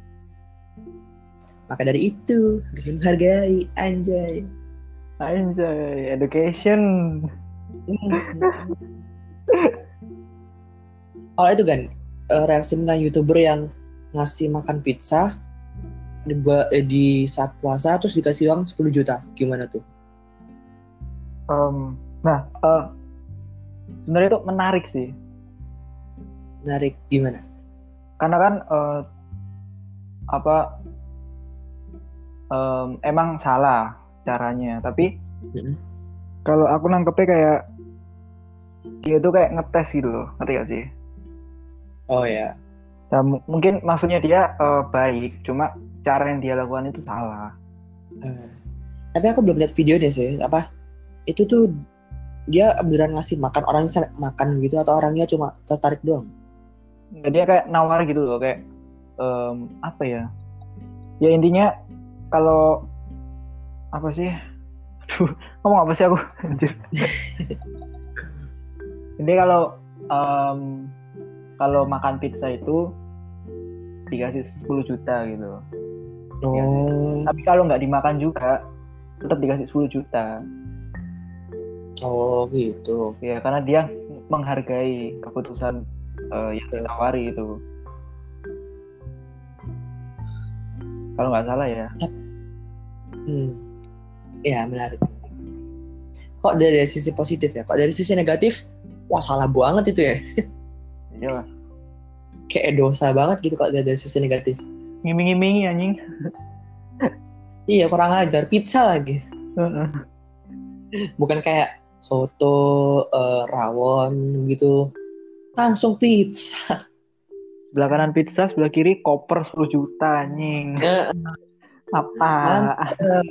[SPEAKER 1] Maka dari itu harus menghargai, anjay.
[SPEAKER 2] Anjay, education.
[SPEAKER 1] Kalau itu kan reaksi tentang YouTuber yang ngasih makan pizza di, di saat puasa terus dikasih uang sepuluh juta, gimana tuh?
[SPEAKER 2] Um, nah, uh, sebenarnya itu menarik sih.
[SPEAKER 1] Menarik gimana?
[SPEAKER 2] Karena kan uh, apa um, emang salah caranya, tapi
[SPEAKER 1] Mm-hmm.
[SPEAKER 2] kalau aku nangkepnya kayak dia tuh kayak ngetes gitu loh, ngerti gak sih?
[SPEAKER 1] Oh ya.
[SPEAKER 2] Nah, m- mungkin maksudnya dia uh, baik, cuma cara yang dia lakukan itu salah.
[SPEAKER 1] Uh, tapi aku belum lihat videonya sih. Apa? Itu tuh dia beneran ngasih makan orangnya sampai makan gitu atau orangnya cuma tertarik doang?
[SPEAKER 2] Nah, dia kayak nawar gitu loh, kayak um, apa ya? Ya intinya kalau apa sih? Aduh, ngomong apa sih aku? Anjir. Jadi kalau um, kalau makan pizza itu dikasih sepuluh juta gitu.
[SPEAKER 1] Oh.
[SPEAKER 2] Ya. Tapi kalau nggak dimakan juga tetap dikasih sepuluh juta.
[SPEAKER 1] Oh gitu.
[SPEAKER 2] Ya karena dia menghargai keputusan uh, yang ditawari itu. Kalau nggak salah ya.
[SPEAKER 1] Hmm. Ya menarik. Kok dari sisi positif ya? Kok dari sisi negatif? Wah salah banget itu ya.
[SPEAKER 2] Iya lah.
[SPEAKER 1] Kayak dosa banget gitu kok dari sisi negatif.
[SPEAKER 2] Ngiming-ngimingi anjing.
[SPEAKER 1] Iya kurang ajar, pizza lagi. Bukan kayak soto, uh, rawon gitu. Langsung pizza.
[SPEAKER 2] Sebelah kanan pizza, sebelah kiri koper sepuluh juta anjing.
[SPEAKER 1] Ya,
[SPEAKER 2] apa?
[SPEAKER 1] mantap.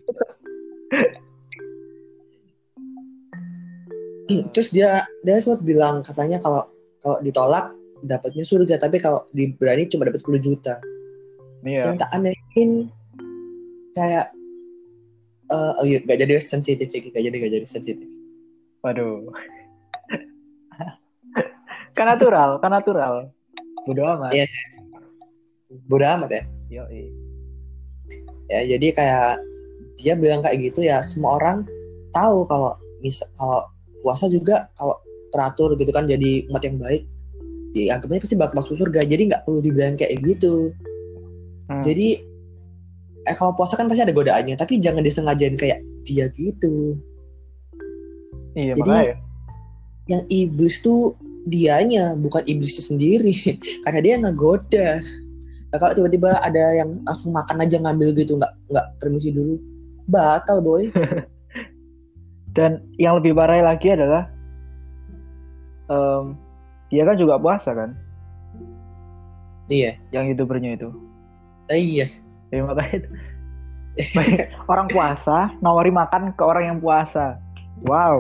[SPEAKER 1] Terus dia dia sempat bilang katanya kalau kalau ditolak dapatnya surga, tapi kalau diberani cuma dapat sepuluh juta.
[SPEAKER 2] Iya.
[SPEAKER 1] Yang tak anehin kayak uh, oh iya, gak jadi sensitif lagi, gak jadi gak jadi sensitif.
[SPEAKER 2] Waduh. Kan natural, kan natural. Bodo amat.
[SPEAKER 1] Iya, bodo amat ya.
[SPEAKER 2] Yoi.
[SPEAKER 1] Ya jadi kayak dia bilang kayak gitu ya, semua orang tahu kalau misal kalau puasa juga kalau teratur gitu kan jadi umat yang baik di agamanya pasti bakal masuk surga, jadi nggak perlu dibilang kayak gitu. Hmm. Jadi eh kalau puasa kan pasti ada godaannya, tapi jangan disengajain kayak dia gitu.
[SPEAKER 2] Iya,
[SPEAKER 1] jadi
[SPEAKER 2] makanya.
[SPEAKER 1] Yang iblis tuh dianya, bukan iblisnya sendiri. Karena dia ngegoda. Nah, kalau tiba-tiba ada yang langsung makan aja ngambil gitu, nggak nggak permisi dulu, batal boy.
[SPEAKER 2] Dan yang lebih parah lagi adalah um, dia kan juga puasa kan?
[SPEAKER 1] Iya.
[SPEAKER 2] Yang youtubernya itu.
[SPEAKER 1] Ah, iya.
[SPEAKER 2] Ya makanya itu. Orang puasa nawari makan ke orang yang puasa. Wow.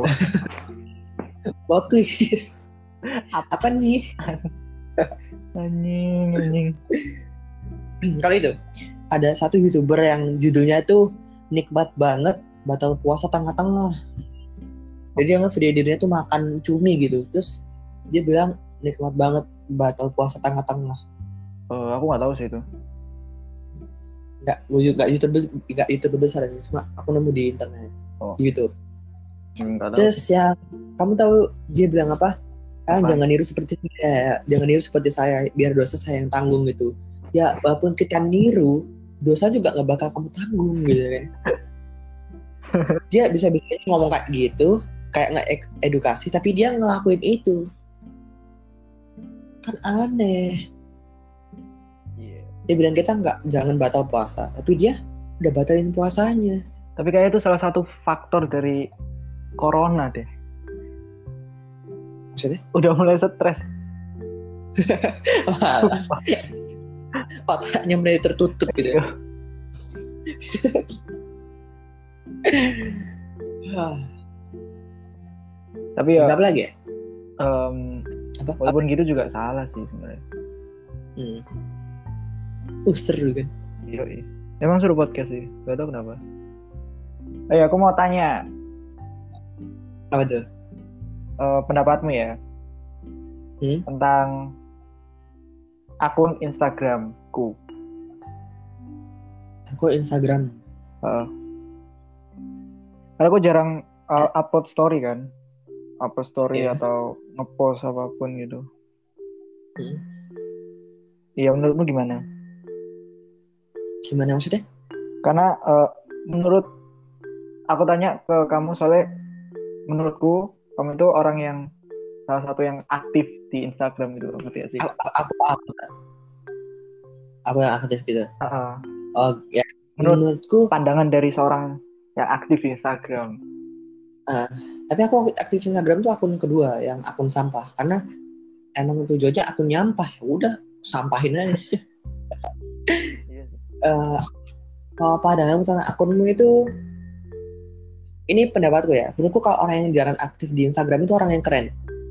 [SPEAKER 1] Bagus. Apa, Apa nih?
[SPEAKER 2] Anjing, anjing.
[SPEAKER 1] Kalau itu ada satu youtuber yang judulnya tuh nikmat banget batal puasa tengah-tengah. Jadi yang video dirinya tuh makan cumi gitu, terus dia bilang nikmat banget batal puasa tengah-tengah.
[SPEAKER 2] Uh, aku nggak tahu sih itu.
[SPEAKER 1] Nggak, nggak youtuber nggak youtuber besar sih, cuma aku nemu di internet, oh. Di YouTube. Hmm, terus yang kamu tahu dia bilang apa? Kan jangan niru seperti saya, jangan niru seperti saya, biar dosa saya yang tanggung gitu. Ya walaupun kita niru, dosa juga nggak bakal kamu tanggung gitu kan. Dia bisa-bisa ngomong kayak gitu, kayak nggak edukasi, tapi dia ngelakuin itu, kan aneh. Yeah. Dia bilang kita nggak jangan batal puasa, tapi dia udah batalin puasanya.
[SPEAKER 2] Tapi kayak itu salah satu faktor dari corona deh.
[SPEAKER 1] Maksudnya?
[SPEAKER 2] Udah mulai stres.
[SPEAKER 1] Walah, otaknya mulai tertutup gitu ya.
[SPEAKER 2] Tapi ya,
[SPEAKER 1] Bisa apa lagi ya?
[SPEAKER 2] em,
[SPEAKER 1] Apa?
[SPEAKER 2] walaupun gitu juga salah sih sebenarnya.
[SPEAKER 1] Hmm. Uh, seru kan?
[SPEAKER 2] Iya, iya. Emang suruh podcast sih, gak tau kenapa. Eh, aku mau tanya
[SPEAKER 1] Apa tuh?
[SPEAKER 2] eh, pendapatmu ya
[SPEAKER 1] Hmm?
[SPEAKER 2] tentang akun Instagramku.
[SPEAKER 1] Aku Instagram.
[SPEAKER 2] Eh, Karena aku jarang uh, upload story kan, upload story
[SPEAKER 1] Iya.
[SPEAKER 2] atau ngepost apapun gitu.
[SPEAKER 1] Hmm.
[SPEAKER 2] Iya, menurutmu gimana?
[SPEAKER 1] Gimana maksudnya?
[SPEAKER 2] Karena uh, menurut aku tanya ke kamu soalnya menurutku kamu itu orang yang salah satu yang aktif di Instagram gitu, ngerti gak sih?
[SPEAKER 1] Aku, aku, aku, aku yang aktif gitu.
[SPEAKER 2] Uh,
[SPEAKER 1] Oh ya,
[SPEAKER 2] menurut
[SPEAKER 1] menurutku.
[SPEAKER 2] pandangan dari seorang yang aktif di Instagram.
[SPEAKER 1] Uh, tapi aku aktif Instagram tuh akun kedua, yang akun sampah. Karena emang tujuannya akun nyampah. Ya udah, sampahin aja. uh, kalau pandangan tentang akunmu itu, ini pendapatku ya. Menurutku kalau orang yang jarang aktif di Instagram itu orang yang keren.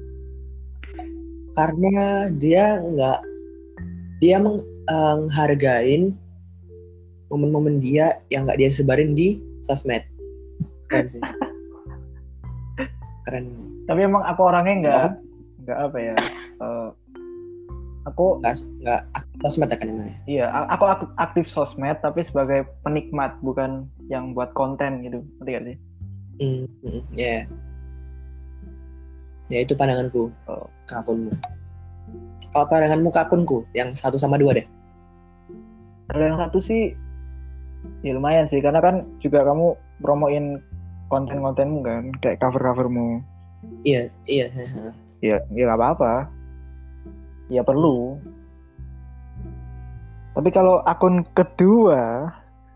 [SPEAKER 1] Karena dia nggak, dia menghargain momen-momen dia yang nggak dia sebarin di sosmed. Keren sih. Keren.
[SPEAKER 2] Tapi emang aku orangnya nggak nggak apa ya? Uh, aku
[SPEAKER 1] nggak nggak aktif sosmed ya kan namanya.
[SPEAKER 2] Iya, aku aktif sosmed tapi sebagai penikmat, bukan yang buat konten gitu, ngerti gak sih?
[SPEAKER 1] Hmm, hmm, ya, yeah. Ya itu pandanganku
[SPEAKER 2] Oh.
[SPEAKER 1] ke akunmu. Kalau pandanganmu ke akunku, yang satu sama dua deh.
[SPEAKER 2] Kalau yang satu sih, ya lumayan sih, karena kan juga kamu promoin konten-kontenmu kan, kayak cover-covermu.
[SPEAKER 1] Iya, iya.
[SPEAKER 2] Iya, ya nggak apa-apa. Ya perlu. Tapi kalau akun kedua,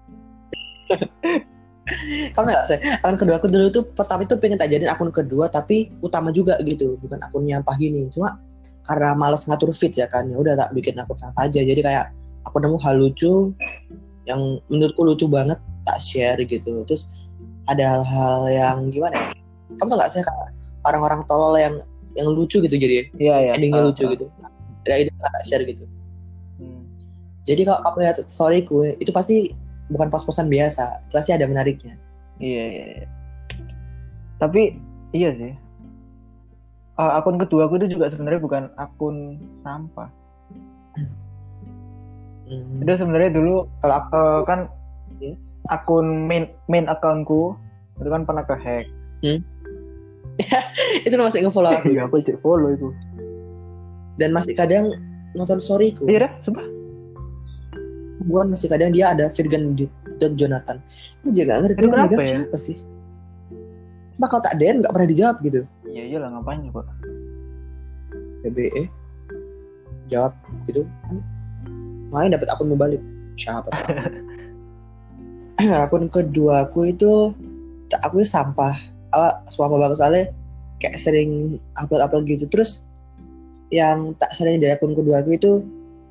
[SPEAKER 1] kamu nggak sih? Akun kedua aku dulu tuh pertama itu pengen tak jadiin akun kedua, tapi utama juga gitu, bukan akun nyampah gini. Cuma karena malas ngatur feed ya kan, ya udah tak bikin akun apa aja. Jadi kayak aku nemu hal lucu yang menurutku lucu banget, tak share gitu. Terus ada hal-hal yang gimana ya? Kamu tau nggak sih kayak orang-orang tolol yang yang lucu gitu, jadi
[SPEAKER 2] iya, iya,
[SPEAKER 1] endingnya
[SPEAKER 2] uh,
[SPEAKER 1] lucu
[SPEAKER 2] uh.
[SPEAKER 1] gitu. Kayak itu tak share gitu.
[SPEAKER 2] Hmm.
[SPEAKER 1] Jadi kalau kamu lihat storyku itu pasti bukan pos-posan biasa, pasti ada menariknya.
[SPEAKER 2] Iya, iya, iya. Tapi iya sih. Uh, akun kedua aku itu juga sebenarnya bukan akun sampah.
[SPEAKER 1] Hmm.
[SPEAKER 2] Itu sebenarnya dulu
[SPEAKER 1] kalau aku,
[SPEAKER 2] uh, kan
[SPEAKER 1] ya?
[SPEAKER 2] akun main main accountku itu kan pernah kehack.
[SPEAKER 1] Hmm? Itu masih nge-follow aku.
[SPEAKER 2] Iya, aku cek follow itu.
[SPEAKER 1] Dan masih kadang nonton storyku.
[SPEAKER 2] Iya dah, sumpah.
[SPEAKER 1] Bukan, masih kadang dia ada Virgan dan Jonathan. Aku juga gak ngerti
[SPEAKER 2] Itu kenapa ya?
[SPEAKER 1] Siapa sih? Cuma kalau tak D M gak pernah dijawab gitu.
[SPEAKER 2] Iya iyalah, ngapain coba?
[SPEAKER 1] B B E jawab gitu kan. Main dapat akun balik. Siapa tahu. Akun kedua aku itu aku sampah. Ah, sampah banget soalnya kayak sering upload-upload gitu. Terus yang tak sering dari akun kedua aku itu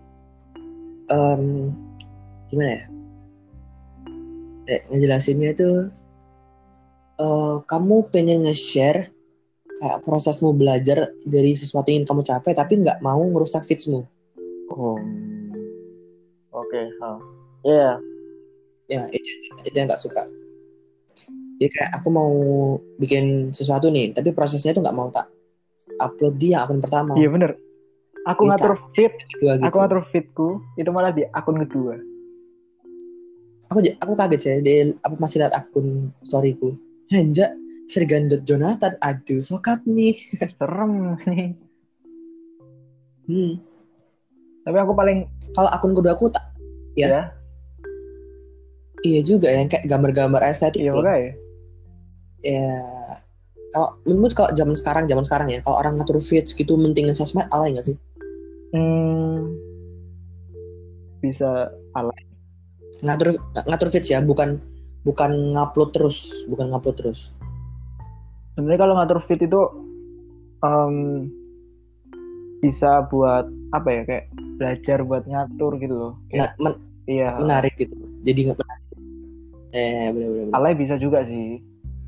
[SPEAKER 1] um, gimana ya? Eh, ngejelasinnya itu uh, kamu pengen nge-share kayak prosesmu belajar dari sesuatu yang kamu capai tapi nggak mau ngerusak feedsmu.
[SPEAKER 2] Oh, oke, okay. oh. Iya.
[SPEAKER 1] Yeah. Ya itu, itu yang nggak suka. Jadi kayak aku mau bikin sesuatu nih, tapi prosesnya tuh nggak mau tak upload di akun pertama.
[SPEAKER 2] Iya bener. Aku
[SPEAKER 1] Jadi
[SPEAKER 2] ngatur feed,
[SPEAKER 1] gitu.
[SPEAKER 2] aku ngatur feedku itu malah di akun kedua.
[SPEAKER 1] Aku aku kaget ya, dia apa masih lihat akun storyku. Hendak Sergandot Jonathan, aduh sokap nih.
[SPEAKER 2] Serem nih.
[SPEAKER 1] Hmm.
[SPEAKER 2] Tapi aku paling
[SPEAKER 1] kalau akun kedua aku tak, ya. ya. Iya juga yang kayak gambar-gambar estetik.
[SPEAKER 2] Iya makanya.
[SPEAKER 1] Ya kalau menurut kalau zaman sekarang zaman sekarang ya, kalau orang ngatur feeds gitu mentingin sosmed, alay nggak sih?
[SPEAKER 2] Hmm, bisa alay.
[SPEAKER 1] Ngatur ngatur feeds ya, bukan bukan ngupload terus, bukan ngupload terus.
[SPEAKER 2] Sebenarnya kalau ngatur feed itu um, bisa buat apa ya, kayak belajar buat ngatur gitu loh.
[SPEAKER 1] Nah,
[SPEAKER 2] Kayak,
[SPEAKER 1] men-
[SPEAKER 2] iya.
[SPEAKER 1] menarik gitu. Jadi nggak menarik. Eh, benar-benar.
[SPEAKER 2] Alay bisa juga sih.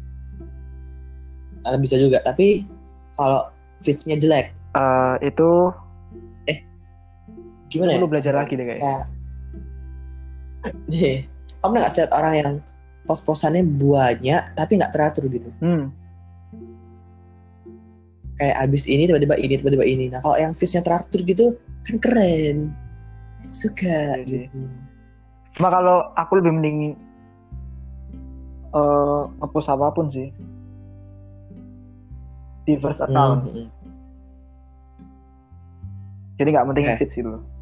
[SPEAKER 1] Alay bisa juga, tapi kalau feeds-nya jelek,
[SPEAKER 2] Uh, itu
[SPEAKER 1] gimana ya?
[SPEAKER 2] perlu belajar lagi deh kayaknya.
[SPEAKER 1] Kayak, deh, kamu nggak lihat orang yang pos-posannya banyak tapi nggak teratur gitu.
[SPEAKER 2] Hmm.
[SPEAKER 1] Kayak abis ini tiba-tiba ini tiba-tiba ini. Nah kalau yang feeds-nya teratur gitu kan keren, suka
[SPEAKER 2] Iya sih.
[SPEAKER 1] gitu.
[SPEAKER 2] Cuma kalau aku lebih mending uh, ngepost apapun sih di first account.
[SPEAKER 1] Hmm.
[SPEAKER 2] Jadi nggak penting
[SPEAKER 1] Okay.
[SPEAKER 2] feed sih loh.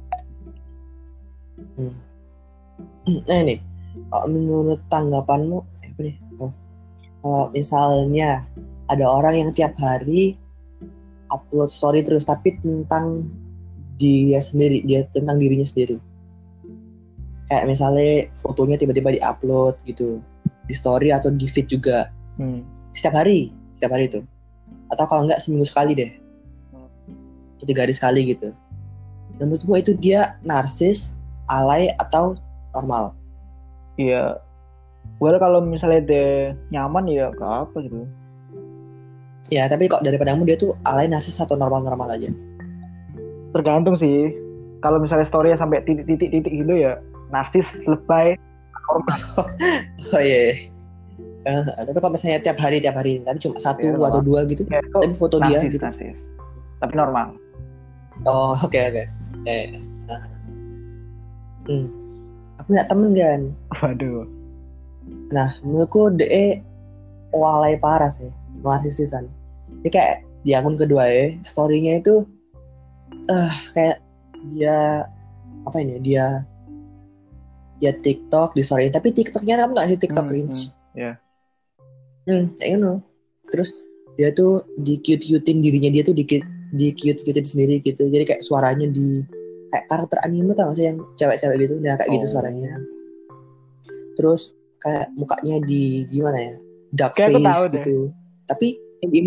[SPEAKER 1] Hmm. Nah ini, kalau menurut tanggapanmu, eh, apa nih? Oh, kalau misalnya ada orang yang tiap hari upload story terus, tapi tentang dia sendiri, dia tentang dirinya sendiri. Kayak misalnya fotonya tiba-tiba diupload gitu, di story atau di feed juga,
[SPEAKER 2] Hmm.
[SPEAKER 1] setiap hari, setiap hari itu. Atau kalau enggak seminggu sekali deh, atau tiga hari sekali gitu. Dan menurutmu itu dia narsis, alay, atau normal?
[SPEAKER 2] Iya. Well kalau misalnya dia nyaman ya gak apa gitu.
[SPEAKER 1] Ya, tapi kok daripada kamu dia tuh alay, narsis, atau normal-normal aja?
[SPEAKER 2] Tergantung sih. Kalau misalnya story sampai titik-titik-titik gitu ya narsis, lebay, normal.
[SPEAKER 1] Oh iya. Uh, tapi kalau misalnya tiap hari tiap hari, tapi cuma satu
[SPEAKER 2] Ya,
[SPEAKER 1] atau
[SPEAKER 2] normal.
[SPEAKER 1] dua gitu,
[SPEAKER 2] Ya, itu
[SPEAKER 1] tapi foto dia
[SPEAKER 2] narsis,
[SPEAKER 1] gitu.
[SPEAKER 2] narsis. Tapi normal.
[SPEAKER 1] Oh oke okay, oke. Okay. Eh, uh. hmm. Aku punya temen kan.
[SPEAKER 2] Waduh.
[SPEAKER 1] Nah menurutku de walay parah sih, narsisan. Dia kayak di akun kedua ya, story-nya itu uh, kayak dia apa ini? Dia dia TikTok di story, tapi TikToknya kamu nggak sih TikTok
[SPEAKER 2] Hmm,
[SPEAKER 1] cringe?
[SPEAKER 2] hmm, ya.
[SPEAKER 1] Hmm, kayak gitu. Terus dia tuh di cute-cutein dirinya dia tuh di di cute-cutein sendiri gitu. Jadi kayak suaranya di kayak karakter anime tau gak sih yang cewek-cewek gitu. Nah kayak gitu
[SPEAKER 2] Oh.
[SPEAKER 1] suaranya. Terus kayak mukanya di gimana ya? Dark
[SPEAKER 2] Kayak aku
[SPEAKER 1] face
[SPEAKER 2] tahu deh.
[SPEAKER 1] gitu. Tapi ini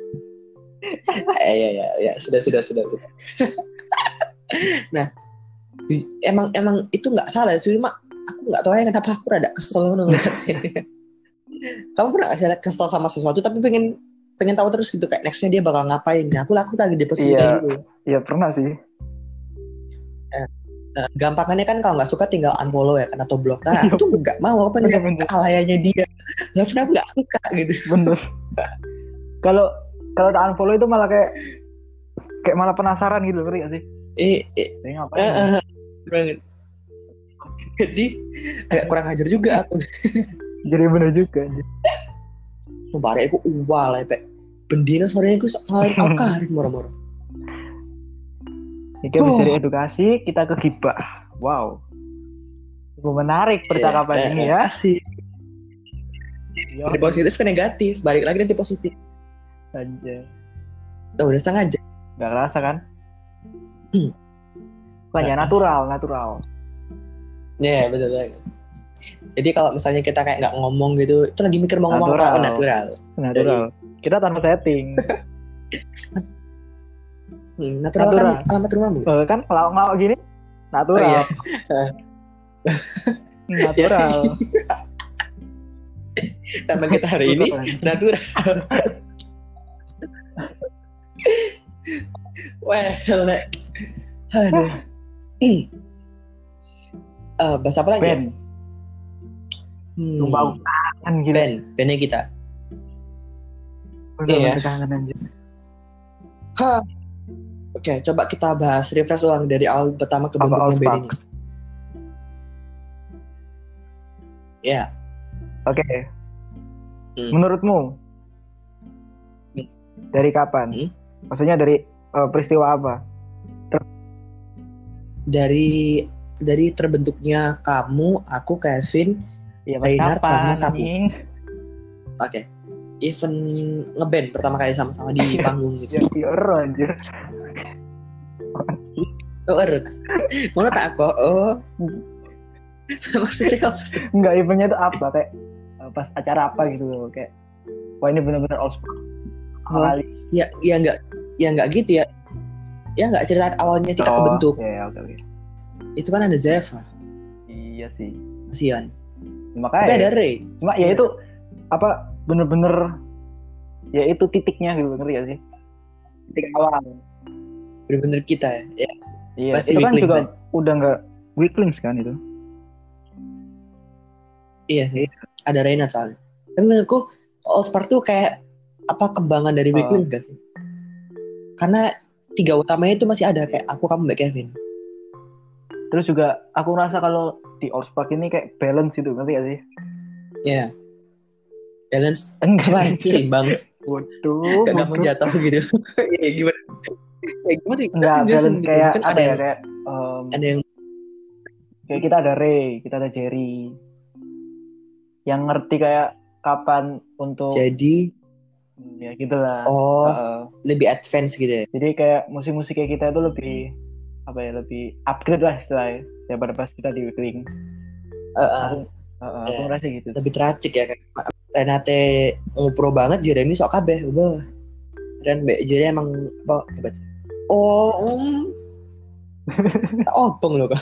[SPEAKER 1] eh ya ya ya sudah sudah sudah sudah. Nah, di- emang emang itu nggak salah, cuma aku nggak tahu ya kenapa aku rada kesel ngeliatnya. Kamu pernah gak sih kesel sama sesuatu tapi pengen pengen tahu terus gitu kayak nextnya dia bakal ngapain? Nah, aku aku lagi di posisi
[SPEAKER 2] Iya.
[SPEAKER 1] kayak gitu.
[SPEAKER 2] Iya pernah sih.
[SPEAKER 1] Nah, gampangannya kan kalau nggak suka tinggal unfollow ya kan atau block. Nah, aku tuh nggak mau apa nih
[SPEAKER 2] Bener-bener.
[SPEAKER 1] kealayannya dia. Lah kenapa nggak suka gitu?
[SPEAKER 2] Bener. Kalau kalau tak unfollow itu malah kayak kayak malah penasaran gitu, ngerti gak sih?
[SPEAKER 1] Eh, eh,
[SPEAKER 2] Ini ngapain?
[SPEAKER 1] eh,
[SPEAKER 2] ya?
[SPEAKER 1] eh, banget. Jadi agak kurang ajar juga aku.
[SPEAKER 2] Jadi bener juga.
[SPEAKER 1] Sumpah aku uwal ya, Pak. Bendina sorenya aku soal alkarin moro-moro.
[SPEAKER 2] Ini habis dari edukasi kita ke gibah. Wow. Cukup menarik percakapan
[SPEAKER 1] Eh,
[SPEAKER 2] ini
[SPEAKER 1] eh,
[SPEAKER 2] ya.
[SPEAKER 1] Asik.
[SPEAKER 2] Yo,
[SPEAKER 1] Dari positif ke negatif, balik lagi nanti positif.
[SPEAKER 2] aja.
[SPEAKER 1] Tuh udah setengah jam.
[SPEAKER 2] Gak kerasa kan?
[SPEAKER 1] Hmm.
[SPEAKER 2] Banyak natural, natural.
[SPEAKER 1] Ya yeah, betul banget. Jadi kalau misalnya kita kayak nggak ngomong gitu, itu lagi mikir mau ngomong
[SPEAKER 2] Natural.
[SPEAKER 1] apa natural.
[SPEAKER 2] Natural. Kita tanpa setting.
[SPEAKER 1] Hmm, natural,
[SPEAKER 2] Natural.
[SPEAKER 1] kan alamat rumahmu.
[SPEAKER 2] Eh, kan kalau ngelawak gini natural.
[SPEAKER 1] Oh, iya.
[SPEAKER 2] Natural.
[SPEAKER 1] Tema kita hari ini natural. Well, aduh. Uh, bahasa apa lagi?
[SPEAKER 2] Ben.
[SPEAKER 1] Ya? Hmm.
[SPEAKER 2] Tumbau kangen gitu.
[SPEAKER 1] Ben, Bennya kita.
[SPEAKER 2] Udah
[SPEAKER 1] Iya.
[SPEAKER 2] kangen anjir.
[SPEAKER 1] Ha. Oke, coba kita bahas refresh ulang dari awal pertama ke
[SPEAKER 2] Apa
[SPEAKER 1] bentuknya Ben
[SPEAKER 2] Allspark?
[SPEAKER 1] ini. Ya.
[SPEAKER 2] Oke.
[SPEAKER 1] Hmm.
[SPEAKER 2] Menurutmu
[SPEAKER 1] Hmm.
[SPEAKER 2] dari kapan?
[SPEAKER 1] Hmm.
[SPEAKER 2] Maksudnya dari uh, peristiwa apa?
[SPEAKER 1] Dari dari terbentuknya kamu, aku, Kevin,
[SPEAKER 2] Iya,
[SPEAKER 1] Reinhard sama
[SPEAKER 2] kapan,
[SPEAKER 1] Sapu.
[SPEAKER 2] anjing?
[SPEAKER 1] Oke. Even ngeband pertama kali sama-sama di panggung gitu.
[SPEAKER 2] Ya, iya, ero, anjir.
[SPEAKER 1] Oh, erut. Mana tak aku? Oh. Maksudnya apa sih?
[SPEAKER 2] Enggak, eventnya itu apa kayak uh, pas acara apa gitu loh kayak wah ini benar-benar Allspark
[SPEAKER 1] Oh,
[SPEAKER 2] kali.
[SPEAKER 1] ya ya nggak ya nggak gitu ya. Ya nggak cerita awalnya kita
[SPEAKER 2] Oh,
[SPEAKER 1] kebentuk.
[SPEAKER 2] ya oke oke.
[SPEAKER 1] Itu kan ada Zeva,
[SPEAKER 2] Iya sih.
[SPEAKER 1] kasihan.
[SPEAKER 2] Makanya
[SPEAKER 1] Tapi ada Ray.
[SPEAKER 2] cuma ya itu apa bener-bener ya itu titiknya gitu ngerti gak sih titik awal
[SPEAKER 1] Bener-bener kita ya. Ya,
[SPEAKER 2] iya
[SPEAKER 1] pasti
[SPEAKER 2] itu kan
[SPEAKER 1] weaklings
[SPEAKER 2] juga
[SPEAKER 1] ya.
[SPEAKER 2] udah nggak weaklings kan itu
[SPEAKER 1] Iya sih. Ada Reina soalnya. Tapi menurutku All Star tuh kayak apa kembangan dari
[SPEAKER 2] Oh.
[SPEAKER 1] weakling gak sih? Karena tiga utamanya itu masih ada kayak aku, kamu, Mbak Kevin.
[SPEAKER 2] terus juga aku rasa kalau di Allspark ini kayak balance gitu ngerti gak sih
[SPEAKER 1] Iya. Balance
[SPEAKER 2] enggak
[SPEAKER 1] apa? Seimbang.
[SPEAKER 2] waduh
[SPEAKER 1] Gak gampang
[SPEAKER 2] waduh.
[SPEAKER 1] jatuh gitu. Iya gimana? Ya, gimana?
[SPEAKER 2] Enggak
[SPEAKER 1] Kan jelasin
[SPEAKER 2] balance
[SPEAKER 1] gitu.
[SPEAKER 2] kayak
[SPEAKER 1] Mungkin
[SPEAKER 2] apa
[SPEAKER 1] ada
[SPEAKER 2] ya
[SPEAKER 1] yang
[SPEAKER 2] kayak um,
[SPEAKER 1] ada yang
[SPEAKER 2] kayak kita ada Ray kita ada Jerry yang ngerti kayak kapan untuk
[SPEAKER 1] jadi
[SPEAKER 2] ya gitulah
[SPEAKER 1] oh
[SPEAKER 2] uh,
[SPEAKER 1] lebih advance gitu ya.
[SPEAKER 2] jadi kayak musik-musik kayak kita itu lebih apa ya lebih upgrade lah istilahnya daripada pas kita di weekling.
[SPEAKER 1] Uh, uh,
[SPEAKER 2] Aku uh, aku
[SPEAKER 1] ya.
[SPEAKER 2] ngerasa gitu.
[SPEAKER 1] Lebih tragik ya kan. Renate ngupro banget, Jeremy sok kabeh. Wah. Dan Mbak Jerry emang apa hebat. Oh, um. tak obong loh kok.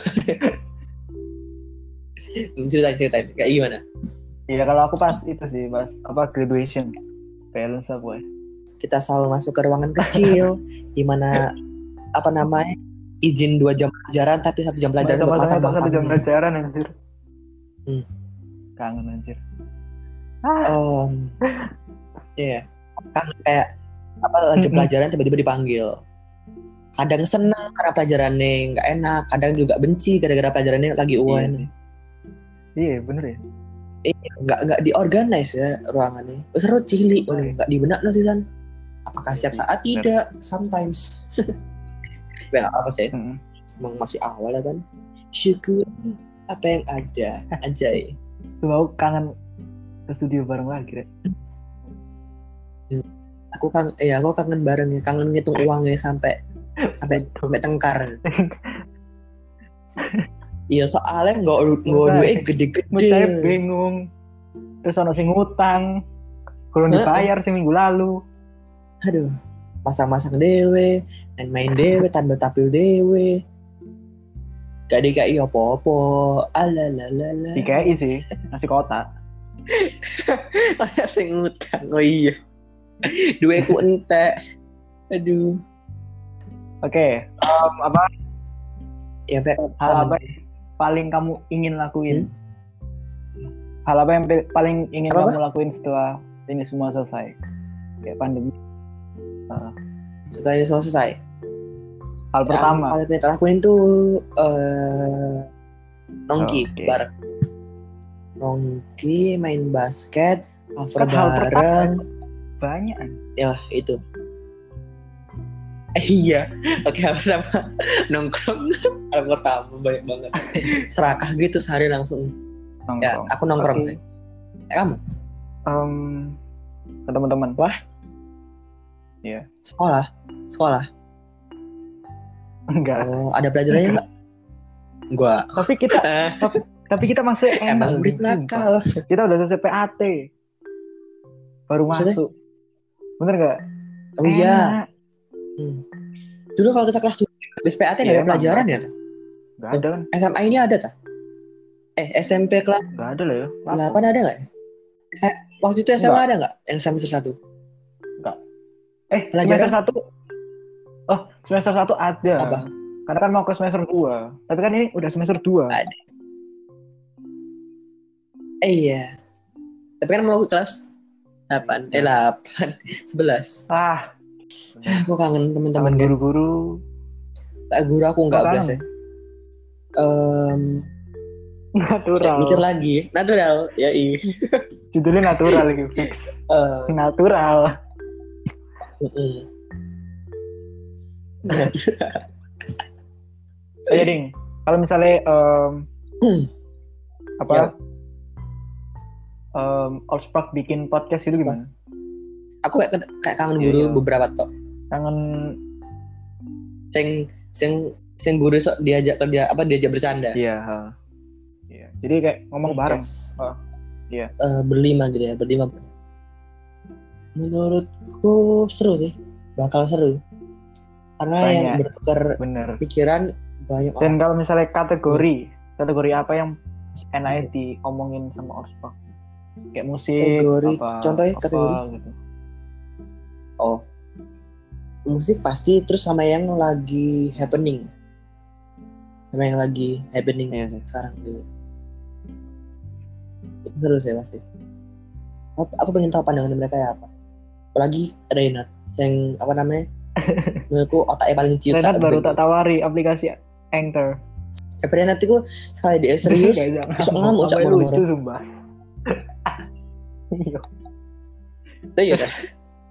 [SPEAKER 1] ceritain ceritain kayak gimana?
[SPEAKER 2] Iya kalau aku pas itu sih pas apa graduation balance apa ya.
[SPEAKER 1] Kita selalu masuk ke ruangan kecil di mana apa namanya izin dua jam pelajaran tapi satu jam pelajaran buat
[SPEAKER 2] Masa-masa satu jam
[SPEAKER 1] masang-masang.
[SPEAKER 2] pelajaran anjir.
[SPEAKER 1] Hmm.
[SPEAKER 2] Kangen anjir.
[SPEAKER 1] Um, iya. Yeah. Kan kayak apa lagi pelajaran tiba-tiba dipanggil. Kadang senang karena pelajarannya nggak enak, kadang juga benci gara-gara pelajarannya lagi U A N.
[SPEAKER 2] Iya, iya bener ya.
[SPEAKER 1] Iya, nggak nggak diorganize ya ruangannya. Seru cilik, oh, nggak dibenak sih San. Apakah siap saat tidak? Sometimes. Ya apa sih?
[SPEAKER 2] Mm-hmm.
[SPEAKER 1] Emang masih awal ya kan. Syukur apa yang ada, anjay.
[SPEAKER 2] Tuh aku kangen ke studio bareng lagi, Rek.
[SPEAKER 1] Aku kangen, ya aku kangen bareng ya, kangen ngitung uangnya sampai sampai sampai tengkar. Iya soalnya nggak nggak duit gede-gede.
[SPEAKER 2] Saya bingung. Terus ono sing ngutang, kurang dibayar sing minggu lalu.
[SPEAKER 1] Aduh, masang-masang dewe, main-main dewe, tampil-tampil dewe. Gak dikai apa-apa. Alalalala.
[SPEAKER 2] Dikai sih, nasi kotak.
[SPEAKER 1] Kayak sing ngutang. Oh iya. Duwe ku entek. Aduh.
[SPEAKER 2] Oke, okay, um, apa?
[SPEAKER 1] Ya, Pak.
[SPEAKER 2] Hal apa yang paling kamu ingin lakuin? Hmm? Hal apa yang paling ingin apa kamu apa? lakuin setelah ini semua selesai? Kayak pandemi. Uh.
[SPEAKER 1] Setelah ini semua selesai.
[SPEAKER 2] Hal yang pertama.
[SPEAKER 1] Hal yang kita lakuin tuh uh, nongki, oh, okay. bareng. Nongki, main basket, cover kan bareng.
[SPEAKER 2] Banyak.
[SPEAKER 1] Ya itu. Eh, iya, oke hal pertama nongkrong. Hal pertama banyak banget. Serakah gitu sehari langsung. Nongkrong. Ya, aku nongkrong. Okay. Eh, kamu?
[SPEAKER 2] Um, ke teman-teman.
[SPEAKER 1] Wah.
[SPEAKER 2] Iya. Yeah.
[SPEAKER 1] Sekolah, sekolah.
[SPEAKER 2] Enggak.
[SPEAKER 1] Oh, ada pelajarannya enggak? Enggak.
[SPEAKER 2] Tapi kita, tapi, tapi kita masih
[SPEAKER 1] emang murid nakal.
[SPEAKER 2] Kita udah selesai P A T. Baru maksudnya? Masuk. Bener nggak?
[SPEAKER 1] Oh iya. Hmm. Dulu kalau kita kelas dua habis P A T nggak ya, ada pelajaran ya?
[SPEAKER 2] Nggak ada kan?
[SPEAKER 1] S M A ini ada tak? Eh S M P kelas?
[SPEAKER 2] Nggak ada lah ya.
[SPEAKER 1] delapan ada nggak? Ya? Waktu itu S M A ada nggak? Yang semester satu?
[SPEAKER 2] Nggak. Eh
[SPEAKER 1] pelajaran
[SPEAKER 2] semester satu? Oh semester satu ada.
[SPEAKER 1] Apa?
[SPEAKER 2] Karena kan mau ke semester dua. Tapi kan ini udah semester dua.
[SPEAKER 1] Ada. Eh iya. Tapi kan mau ke kelas delapan, eh delapan, sebelas.
[SPEAKER 2] Ah.
[SPEAKER 1] Aku kangen teman-teman kan.
[SPEAKER 2] Guru-guru.
[SPEAKER 1] Tak guru aku nggak belas ya. Um,
[SPEAKER 2] natural.
[SPEAKER 1] Mikir lagi, natural, ya iya.
[SPEAKER 2] Judulnya natural gitu. Uh, natural.
[SPEAKER 1] Uh-uh. Natural.
[SPEAKER 2] Oh ya ding, kalau misalnya um, apa? Ya. Um, Allspark bikin podcast itu gimana?
[SPEAKER 1] Aku kayak, kayak kangen guru yeah. beberapa tok.
[SPEAKER 2] Kangen
[SPEAKER 1] sing sing sing guru sok diajak kerja apa diajak bercanda.
[SPEAKER 2] Iya, yeah. Iya. Yeah. Jadi kayak ngomong bareng.
[SPEAKER 1] Podcast.
[SPEAKER 2] Oh, iya.
[SPEAKER 1] Eh, berlima gitu ya, berlima. Menurutku seru sih, bakal seru. Karena yang
[SPEAKER 2] Banyak.
[SPEAKER 1] bertukar
[SPEAKER 2] Bener.
[SPEAKER 1] pikiran banyak
[SPEAKER 2] Dan
[SPEAKER 1] orang.
[SPEAKER 2] kalau misalnya kategori, kategori apa yang enaknya diomongin sama Orspa? Kayak musik,
[SPEAKER 1] Kategori,
[SPEAKER 2] apa,
[SPEAKER 1] contohnya
[SPEAKER 2] apa
[SPEAKER 1] kategori.
[SPEAKER 2] gitu.
[SPEAKER 1] Oh, musik pasti, terus sama yang lagi happening, sama yang lagi happening
[SPEAKER 2] Iya sih.
[SPEAKER 1] sekarang gitu. Terus ya pasti. Aku, aku pengen tahu pandangan mereka ya apa. Apalagi Renat yang apa namanya? Menurutku otaknya paling ciut
[SPEAKER 2] Renat
[SPEAKER 1] saat
[SPEAKER 2] baru
[SPEAKER 1] band.
[SPEAKER 2] tak tawari aplikasi Anchor.
[SPEAKER 1] Eh, Renat itu sekali dia serius, besok ngamuk cak
[SPEAKER 2] Apa lucu
[SPEAKER 1] moro-moro.
[SPEAKER 2] sumpah. Iya.
[SPEAKER 1] Tuh ya dah.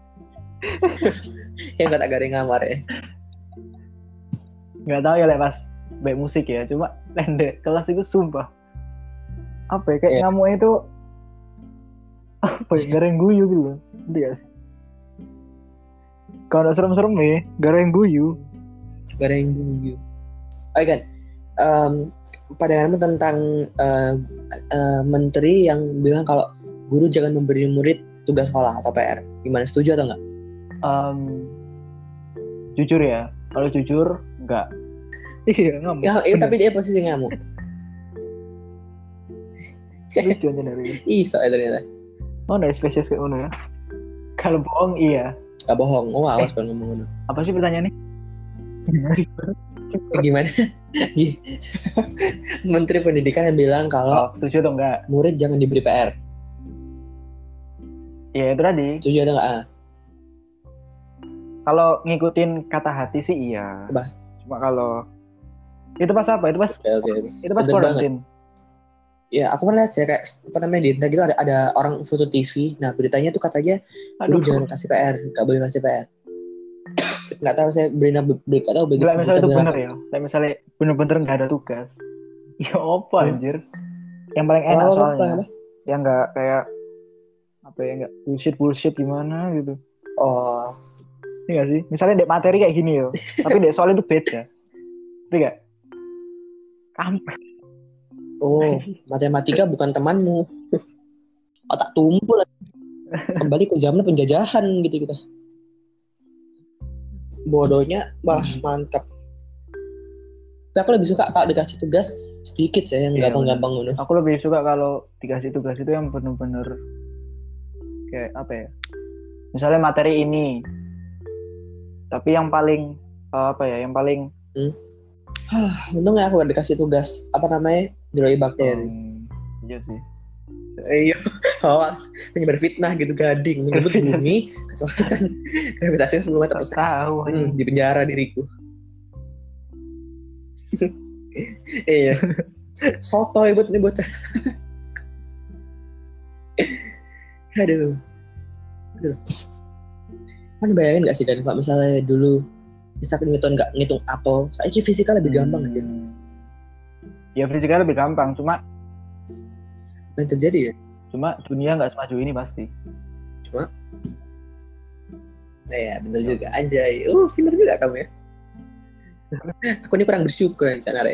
[SPEAKER 1] Yang gak tak garing ngamar ya.
[SPEAKER 2] Nggak tahu ya lek pas baik musik ya, cuma pendek kelas itu sumpah apa ya, kayak
[SPEAKER 1] Iya.
[SPEAKER 2] ngamuknya itu apa ya, gareng guyu gitu loh. Ngerti gak sih? Kalau ada serem-serem nih, gareng guyu.
[SPEAKER 1] Garing dulu. Oke kan, um, pandanganmu tentang uh, uh, menteri yang bilang kalau guru jangan memberi murid tugas sekolah atau P R. Gimana, setuju atau enggak?
[SPEAKER 2] Um, jujur ya, kalau jujur enggak. Iya ngamuk.
[SPEAKER 1] Ya, iya, tapi dia posisi ngamuk.
[SPEAKER 2] Lucu aja dari itu.
[SPEAKER 1] Iso ya ternyata.
[SPEAKER 2] Oh, ada spesies kayak ngono ya. Kalau bohong iya.
[SPEAKER 1] Gak bohong. Oh, awas kalau ngomong ngono.
[SPEAKER 2] Apa sih pertanyaannya?
[SPEAKER 1] Eh, Gimana? Menteri Pendidikan yang bilang kalau
[SPEAKER 2] Oh, setuju atau enggak?
[SPEAKER 1] murid jangan diberi P R.
[SPEAKER 2] Ya itu tadi.
[SPEAKER 1] Setuju atau enggak? Ah,
[SPEAKER 2] Kalau ngikutin kata hati sih iya.
[SPEAKER 1] Apa?
[SPEAKER 2] Cuma kalau itu pas apa? Itu pas
[SPEAKER 1] Oke, oke, oke.
[SPEAKER 2] itu pas
[SPEAKER 1] Bener banget.
[SPEAKER 2] quarantine.
[SPEAKER 1] Ya, aku pernah lihat sih kayak apa namanya di internet gitu ada ada orang foto T V. Nah, beritanya tuh katanya
[SPEAKER 2] Aduh.
[SPEAKER 1] guru jangan kasih P R, nggak boleh kasih P R. Nggak tahu saya berita berita tahu berita.
[SPEAKER 2] Kalau misalnya itu
[SPEAKER 1] berita
[SPEAKER 2] bener ya, kayak misalnya bener-bener nggak ada tugas, ya apa
[SPEAKER 1] Hmm.
[SPEAKER 2] anjir? Yang paling enak
[SPEAKER 1] Apa, apa,
[SPEAKER 2] soalnya,
[SPEAKER 1] apa?
[SPEAKER 2] yang nggak kayak apa ya, nggak bullshit bullshit gimana gitu,
[SPEAKER 1] Oh,
[SPEAKER 2] iya nggak sih? Misalnya dek materi kayak gini yo, tapi dek soal itu beda, tapi nggak? Kampret.
[SPEAKER 1] oh, matematika bukan temanmu. Otak tumpul. Kembali ke zaman penjajahan gitu kita. Bodohnya, wah
[SPEAKER 2] Hmm.
[SPEAKER 1] mantap. Tapi aku lebih suka kalau dikasih tugas sedikit ya, yang
[SPEAKER 2] Iya,
[SPEAKER 1] gampang-gampang ngono.
[SPEAKER 2] Aku lebih suka kalau dikasih tugas itu yang bener-bener kayak apa ya? Misalnya materi ini, tapi yang paling uh, apa ya? Yang paling
[SPEAKER 1] Hah, untungnya aku gak dikasih tugas apa namanya diri bakteri.
[SPEAKER 2] um, iya sih.
[SPEAKER 1] Iya, hoax, penyebar fitnah gitu, gading, menyebut bumi, kecuali gravitasinya sepuluh meter per
[SPEAKER 2] Tak
[SPEAKER 1] second.
[SPEAKER 2] tahu.
[SPEAKER 1] Hmm, di penjara diriku. Iya. Soto ibu nih bocah. Aduh. Aduh. Kan bayangin gak sih kan kalau misalnya dulu Isaac Newton gak ngitung atom, saya fisika lebih gampang aja.
[SPEAKER 2] Hmm. Ya fisika lebih gampang, cuma
[SPEAKER 1] Apa yang terjadi ya?
[SPEAKER 2] cuma dunia nggak semaju ini pasti.
[SPEAKER 1] Cuma Nah ya bener juga, anjay. Uh, bener juga kamu ya. Aku ini kurang bersyukur ya, Canare.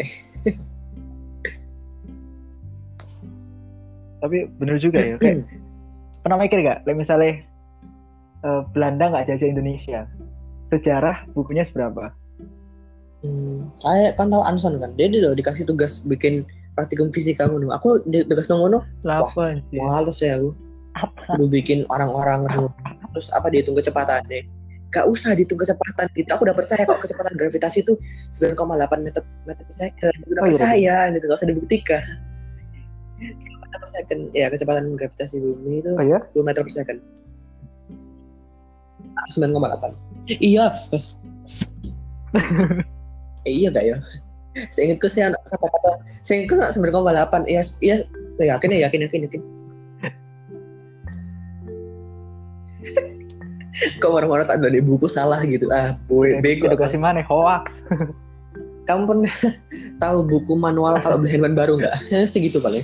[SPEAKER 2] Tapi bener juga ya, kayak pernah mikir gak, kayak misalnya uh, Belanda nggak jajah Indonesia, sejarah bukunya seberapa?
[SPEAKER 1] Hmm, kayak kan tahu Anson kan, dia loh dikasih tugas bikin praktikum fisika ngono. Aku di tugas ngono,
[SPEAKER 2] Delapan sih.
[SPEAKER 1] males ya aku. Udah bikin orang-orang ngono. Terus apa dihitung kecepatannya? Gak usah dihitung kecepatan gitu. Aku udah percaya kok kecepatan gravitasi itu sembilan koma delapan meter meter per second. Aku udah
[SPEAKER 2] Oh, iya,
[SPEAKER 1] percaya gitu, gak usah dibuktikan. Meter per second. Ya, kecepatan gravitasi bumi itu
[SPEAKER 2] Oh ya?
[SPEAKER 1] sepuluh meter per second. sembilan koma delapan. Iya. eh, iya gak ya? Seingatku saya anak kata-kata, seingatku nggak sembilan koma delapan. Iya, iya, yakin ya, yakin, yakin, yakin. Kok orang-orang tak ada di buku salah gitu? Ah, boy, bego.
[SPEAKER 2] Edukasi mana? Hoax.
[SPEAKER 1] Kamu pernah tahu buku manual kalau beli handphone baru nggak? Segitu paling.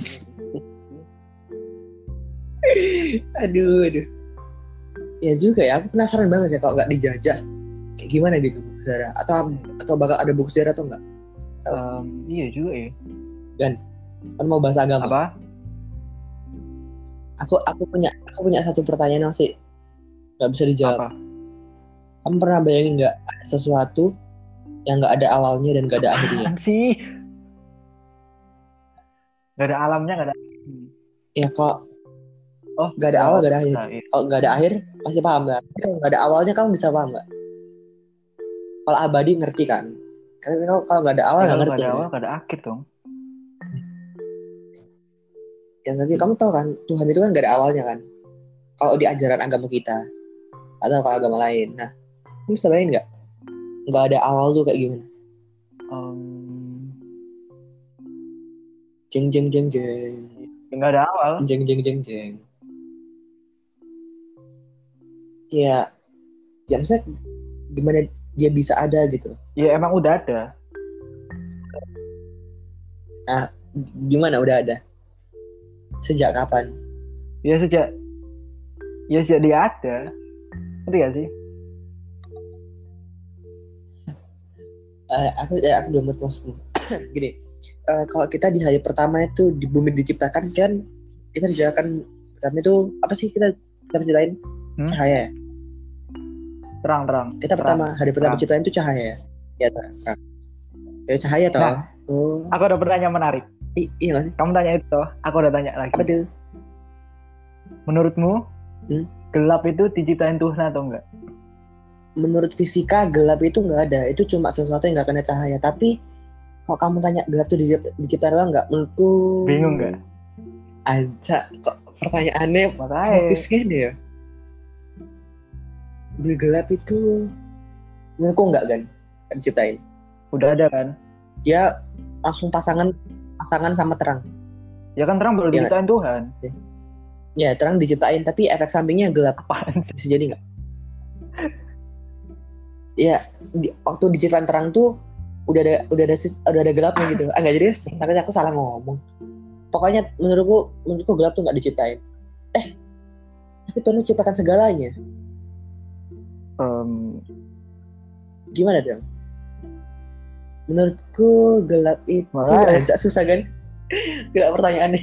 [SPEAKER 1] Aduh, aduh. Ya juga ya, aku penasaran banget ya kalau nggak dijajah. Kayak gimana gitu buku sejarah? Atau atau bakal ada buku sejarah atau nggak?
[SPEAKER 2] Um, iya juga ya.
[SPEAKER 1] Dan Kan mau bahas agama.
[SPEAKER 2] Apa?
[SPEAKER 1] Aku aku punya aku punya satu pertanyaan yang masih nggak bisa dijawab.
[SPEAKER 2] Apa?
[SPEAKER 1] Kamu pernah bayangin nggak ada sesuatu yang nggak ada awalnya dan nggak ada akhirnya?
[SPEAKER 2] Apaan sih? Gak ada alamnya, gak ada.
[SPEAKER 1] Ya kok
[SPEAKER 2] Oh,
[SPEAKER 1] nggak ada awal, nggak ada akhir.
[SPEAKER 2] nah, iya.
[SPEAKER 1] Kalau nggak ada akhir, pasti paham nggak? Kalau nggak ada awalnya, kamu bisa paham nggak? Kalau abadi ngerti kan? Tapi kalau kalau nggak ada awal
[SPEAKER 2] Ya,
[SPEAKER 1] nggak
[SPEAKER 2] kalau
[SPEAKER 1] ngerti
[SPEAKER 2] gak ada
[SPEAKER 1] kan?
[SPEAKER 2] awal, gak ada akhir dong.
[SPEAKER 1] Yang nanti kamu tahu kan, Tuhan itu kan nggak ada awalnya kan? Kalau di ajaran agama kita atau kalau agama lain. Nah, kamu bisa bayangin nggak? Nggak ada awal tuh kayak gimana?
[SPEAKER 2] Um,
[SPEAKER 1] Jeng jeng jeng jeng.
[SPEAKER 2] ya gak ada awal.
[SPEAKER 1] Jeng jeng jeng jeng. Ya, ya maksudnya gimana dia bisa ada gitu?
[SPEAKER 2] Ya emang udah ada.
[SPEAKER 1] Nah, gimana udah ada? Sejak kapan?
[SPEAKER 2] Ya sejak, ya sejak dia ada. Ngerti gak sih?
[SPEAKER 1] Uh, aku ya aku belum ngerti maksudmu. Gini, uh, kalau kita di hari pertama itu di bumi diciptakan kan, kita diciptakan pertama itu apa sih kita kita ceritain?
[SPEAKER 2] Hmm?
[SPEAKER 1] Cahaya.
[SPEAKER 2] Terang, terang.
[SPEAKER 1] Kita
[SPEAKER 2] terang,
[SPEAKER 1] pertama hari pertama
[SPEAKER 2] terang.
[SPEAKER 1] ciptaan itu cahaya. Ya, terang. Ya cahaya toh.
[SPEAKER 2] Nah,
[SPEAKER 1] oh.
[SPEAKER 2] Aku ada pertanyaan menarik.
[SPEAKER 1] I- iya nggak sih?
[SPEAKER 2] Kamu tanya itu toh, aku udah tanya lagi.
[SPEAKER 1] Apa tuh?
[SPEAKER 2] Menurutmu,
[SPEAKER 1] Hmm?
[SPEAKER 2] gelap itu diciptain Tuhan atau enggak?
[SPEAKER 1] Menurut fisika gelap itu nggak ada. Itu cuma sesuatu yang nggak kena cahaya. Tapi kalau kamu tanya gelap itu dicipt- diciptakan atau nggak, menurutku
[SPEAKER 2] Bingung nggak?
[SPEAKER 1] Aja kok pertanyaannya
[SPEAKER 2] Makanya.
[SPEAKER 1] putus gini ya. Gelap itu menurutku nggak kan nggak diciptain.
[SPEAKER 2] Udah ada kan?
[SPEAKER 1] Dia langsung pasangan pasangan sama terang.
[SPEAKER 2] Ya kan terang baru
[SPEAKER 1] Ya,
[SPEAKER 2] diciptain Tuhan.
[SPEAKER 1] Ya terang diciptain tapi efek sampingnya gelap.
[SPEAKER 2] Apaan?
[SPEAKER 1] Bisa jadi nggak? Ya di, waktu diciptain terang tuh udah ada udah ada udah ada gelapnya gitu. Ah nggak jadi, takutnya aku salah ngomong. Pokoknya menurutku menurutku gelap tuh nggak diciptain. Eh tapi Tuhan menciptakan segalanya.
[SPEAKER 2] Um,
[SPEAKER 1] Gimana dong? Menurutku gelap itu
[SPEAKER 2] Makanya.
[SPEAKER 1] agak susah kan? Gelap pertanyaannya.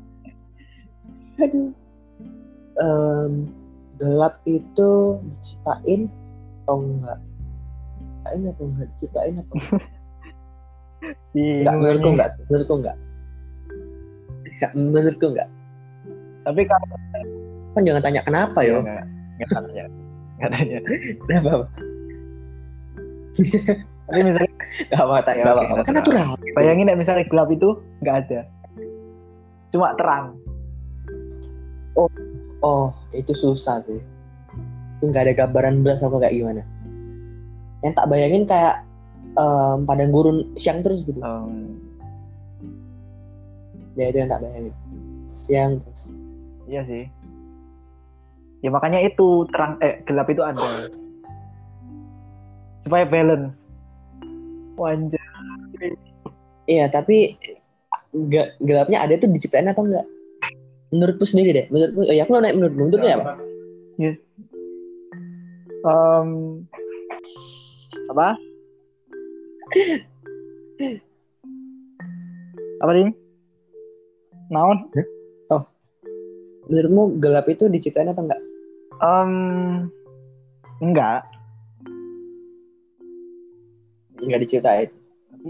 [SPEAKER 1] Aduh. Um, gelap itu diciptain atau enggak? Diciptain atau enggak? Diciptain atau enggak? Enggak, menurutku enggak. Menurutku enggak. Enggak, menurutku enggak.
[SPEAKER 2] Tapi kan
[SPEAKER 1] Kan jangan tanya kenapa yo.
[SPEAKER 2] Enggak, enggak tanya. Enggak tanya.
[SPEAKER 1] Kenapa?
[SPEAKER 2] Tapi misalnya
[SPEAKER 1] Enggak apa tanya, enggak apa. Kan natural.
[SPEAKER 2] Bayangin ya misalnya gelap itu enggak ada. Cuma terang.
[SPEAKER 1] Oh, oh, itu susah sih. Itu nggak ada gambaran belas apa kayak gimana. Yang tak bayangin kayak um, padang gurun siang terus gitu.
[SPEAKER 2] Um,
[SPEAKER 1] Ya itu yang tak bayangin. Siang terus.
[SPEAKER 2] iya sih. Ya makanya itu terang eh gelap itu ada. Supaya balance. Wanjir.
[SPEAKER 1] Iya, tapi gak, gelapnya ada tuh diciptain atau enggak? Menurutku sendiri deh. Menurutku, oh ya aku mau naik menurutmu. Menurutmu apa?
[SPEAKER 2] Yes. Um, apa? Apa Ding? Naon?
[SPEAKER 1] Oh, menurutmu gelap itu diciptain atau enggak?
[SPEAKER 2] Um, enggak.
[SPEAKER 1] Enggak diciptain.
[SPEAKER 2] Tapi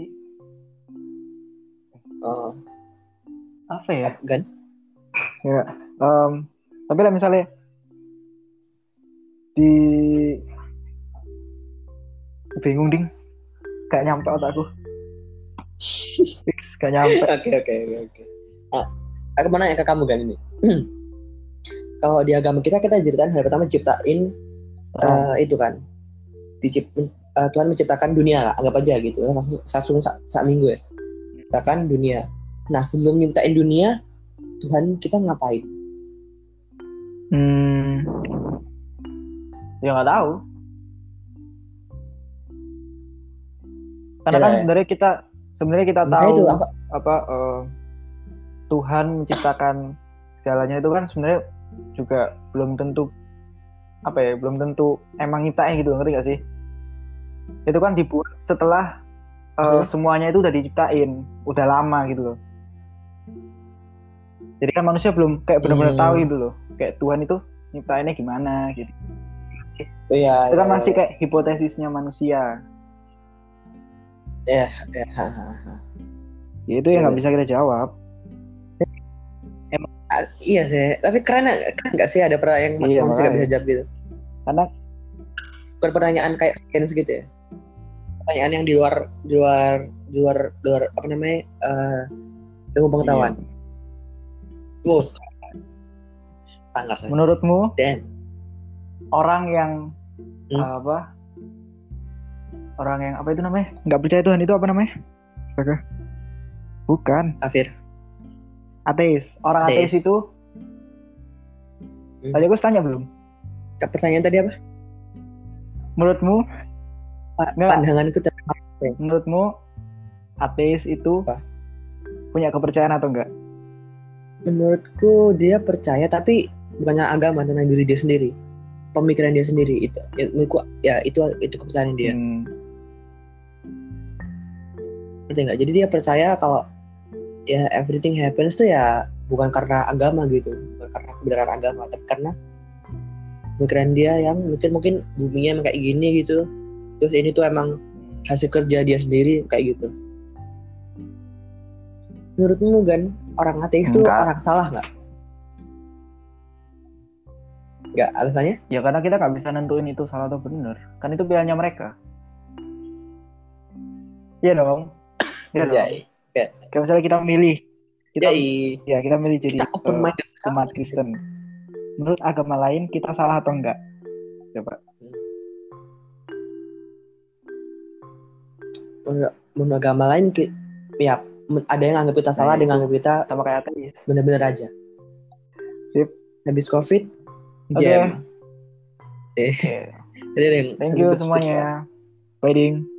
[SPEAKER 1] Oh,
[SPEAKER 2] apa ya?
[SPEAKER 1] kan?
[SPEAKER 2] Ya. Um, tapi lah misalnya di bingung Ding. Gak nyampe otakku. Gak nyampe.
[SPEAKER 1] Oke oke oke. Ah, aku mau nanya ke kamu kan ini. Kalau di agama kita kita ceritain hari pertama ciptain uh, itu kan, Dicip, uh, Tuhan menciptakan dunia, anggap aja gitu, langsung sak, sak minggu ya, ciptakan dunia. Nah sebelum nyiptain dunia, Tuhan kita ngapain?
[SPEAKER 2] Hmm, ya nggak tahu. Karena
[SPEAKER 1] Jelas,
[SPEAKER 2] kan
[SPEAKER 1] ya?
[SPEAKER 2] sebenarnya kita sebenarnya kita
[SPEAKER 1] Makanya
[SPEAKER 2] tahu
[SPEAKER 1] itu apa?
[SPEAKER 2] apa uh, Tuhan menciptakan segalanya itu kan sebenarnya juga belum tentu apa ya belum tentu emang nyiptain gitu, ngerti gak sih? Itu kan dibuat setelah uh,
[SPEAKER 1] Maksudnya?
[SPEAKER 2] semuanya itu udah diciptain udah lama gitu loh. Jadi kan manusia belum kayak benar-benar
[SPEAKER 1] Hmm.
[SPEAKER 2] tahu gitu loh. Kayak Tuhan itu nyiptainnya gimana gitu.
[SPEAKER 1] Iya,
[SPEAKER 2] Itu
[SPEAKER 1] iya,
[SPEAKER 2] kan masih
[SPEAKER 1] iya.
[SPEAKER 2] kayak hipotesisnya manusia.
[SPEAKER 1] Iya, iya. Ha, ha, ha.
[SPEAKER 2] Ya itu
[SPEAKER 1] Iya,
[SPEAKER 2] yang nggak bisa
[SPEAKER 1] benar.
[SPEAKER 2] kita jawab. Emang
[SPEAKER 1] Ah, iya sih, tapi keren keren nggak sih ada pertanyaan yang ma-
[SPEAKER 2] iya
[SPEAKER 1] manusia nggak bisa
[SPEAKER 2] makanya.
[SPEAKER 1] jawab gitu?
[SPEAKER 2] Karena
[SPEAKER 1] Bukan pertanyaan kayak sains gitu ya? Pertanyaan yang di luar, di luar, di luar, di luar apa namanya? eh ilmu
[SPEAKER 2] iya.
[SPEAKER 1] pengetahuan. Wow, sangat sangat.
[SPEAKER 2] Menurutmu
[SPEAKER 1] Dan
[SPEAKER 2] orang yang
[SPEAKER 1] hmm,
[SPEAKER 2] apa? Orang yang apa itu namanya? Nggak percaya Tuhan itu apa namanya? Astaga. Bukan.
[SPEAKER 1] kafir,
[SPEAKER 2] Ateis. Orang ateis
[SPEAKER 1] ateis.
[SPEAKER 2] itu
[SPEAKER 1] Hmm.
[SPEAKER 2] tadi aku tanya belum?
[SPEAKER 1] Pertanyaan tadi apa?
[SPEAKER 2] Menurutmu
[SPEAKER 1] Pa-
[SPEAKER 2] nggak?
[SPEAKER 1] Pandanganku tentang apa?
[SPEAKER 2] Menurutmu ateis itu
[SPEAKER 1] Apa?
[SPEAKER 2] punya kepercayaan atau enggak?
[SPEAKER 1] Menurutku dia percaya tapi bukannya agama, tentang diri dia sendiri, pemikiran dia sendiri itu. Ya, menurutku ya itu itu kepercayaan dia.
[SPEAKER 2] Hmm.
[SPEAKER 1] Ngerti nggak? Jadi dia percaya kalau ya everything happens tuh ya bukan karena agama gitu, bukan karena kebenaran agama, tapi karena pemikiran dia yang mungkin mungkin buminya emang kayak gini gitu. Terus ini tuh emang hasil kerja dia sendiri kayak gitu. Menurutmu kan orang ateis tuh
[SPEAKER 2] Enggak.
[SPEAKER 1] orang salah nggak? Nggak, alasannya?
[SPEAKER 2] Ya karena kita nggak bisa nentuin itu salah atau benar. Kan itu pilihannya mereka. Iya dong. Iya dong.
[SPEAKER 1] Anjay. Kayak,
[SPEAKER 2] Kayak misalnya kita milih, kita
[SPEAKER 1] yai.
[SPEAKER 2] ya kita milih jadi
[SPEAKER 1] Kita open
[SPEAKER 2] uh,
[SPEAKER 1] minded
[SPEAKER 2] umat
[SPEAKER 1] sekali.
[SPEAKER 2] Kristen. Menurut agama lain kita salah atau enggak? Coba.
[SPEAKER 1] Menurut, menurut agama lain ki- ya ada yang anggap kita
[SPEAKER 2] Nah
[SPEAKER 1] salah,
[SPEAKER 2] ya
[SPEAKER 1] ada yang
[SPEAKER 2] itu
[SPEAKER 1] anggap kita
[SPEAKER 2] sama kayak ateis.
[SPEAKER 1] benar-benar aja.
[SPEAKER 2] Sip.
[SPEAKER 1] Habis COVID,
[SPEAKER 2] Oke.
[SPEAKER 1] jam. Eh,
[SPEAKER 2] Oke.
[SPEAKER 1] jadi ada yang
[SPEAKER 2] Thank
[SPEAKER 1] sambil
[SPEAKER 2] you
[SPEAKER 1] good, good vibe.
[SPEAKER 2] semuanya. Bye ding.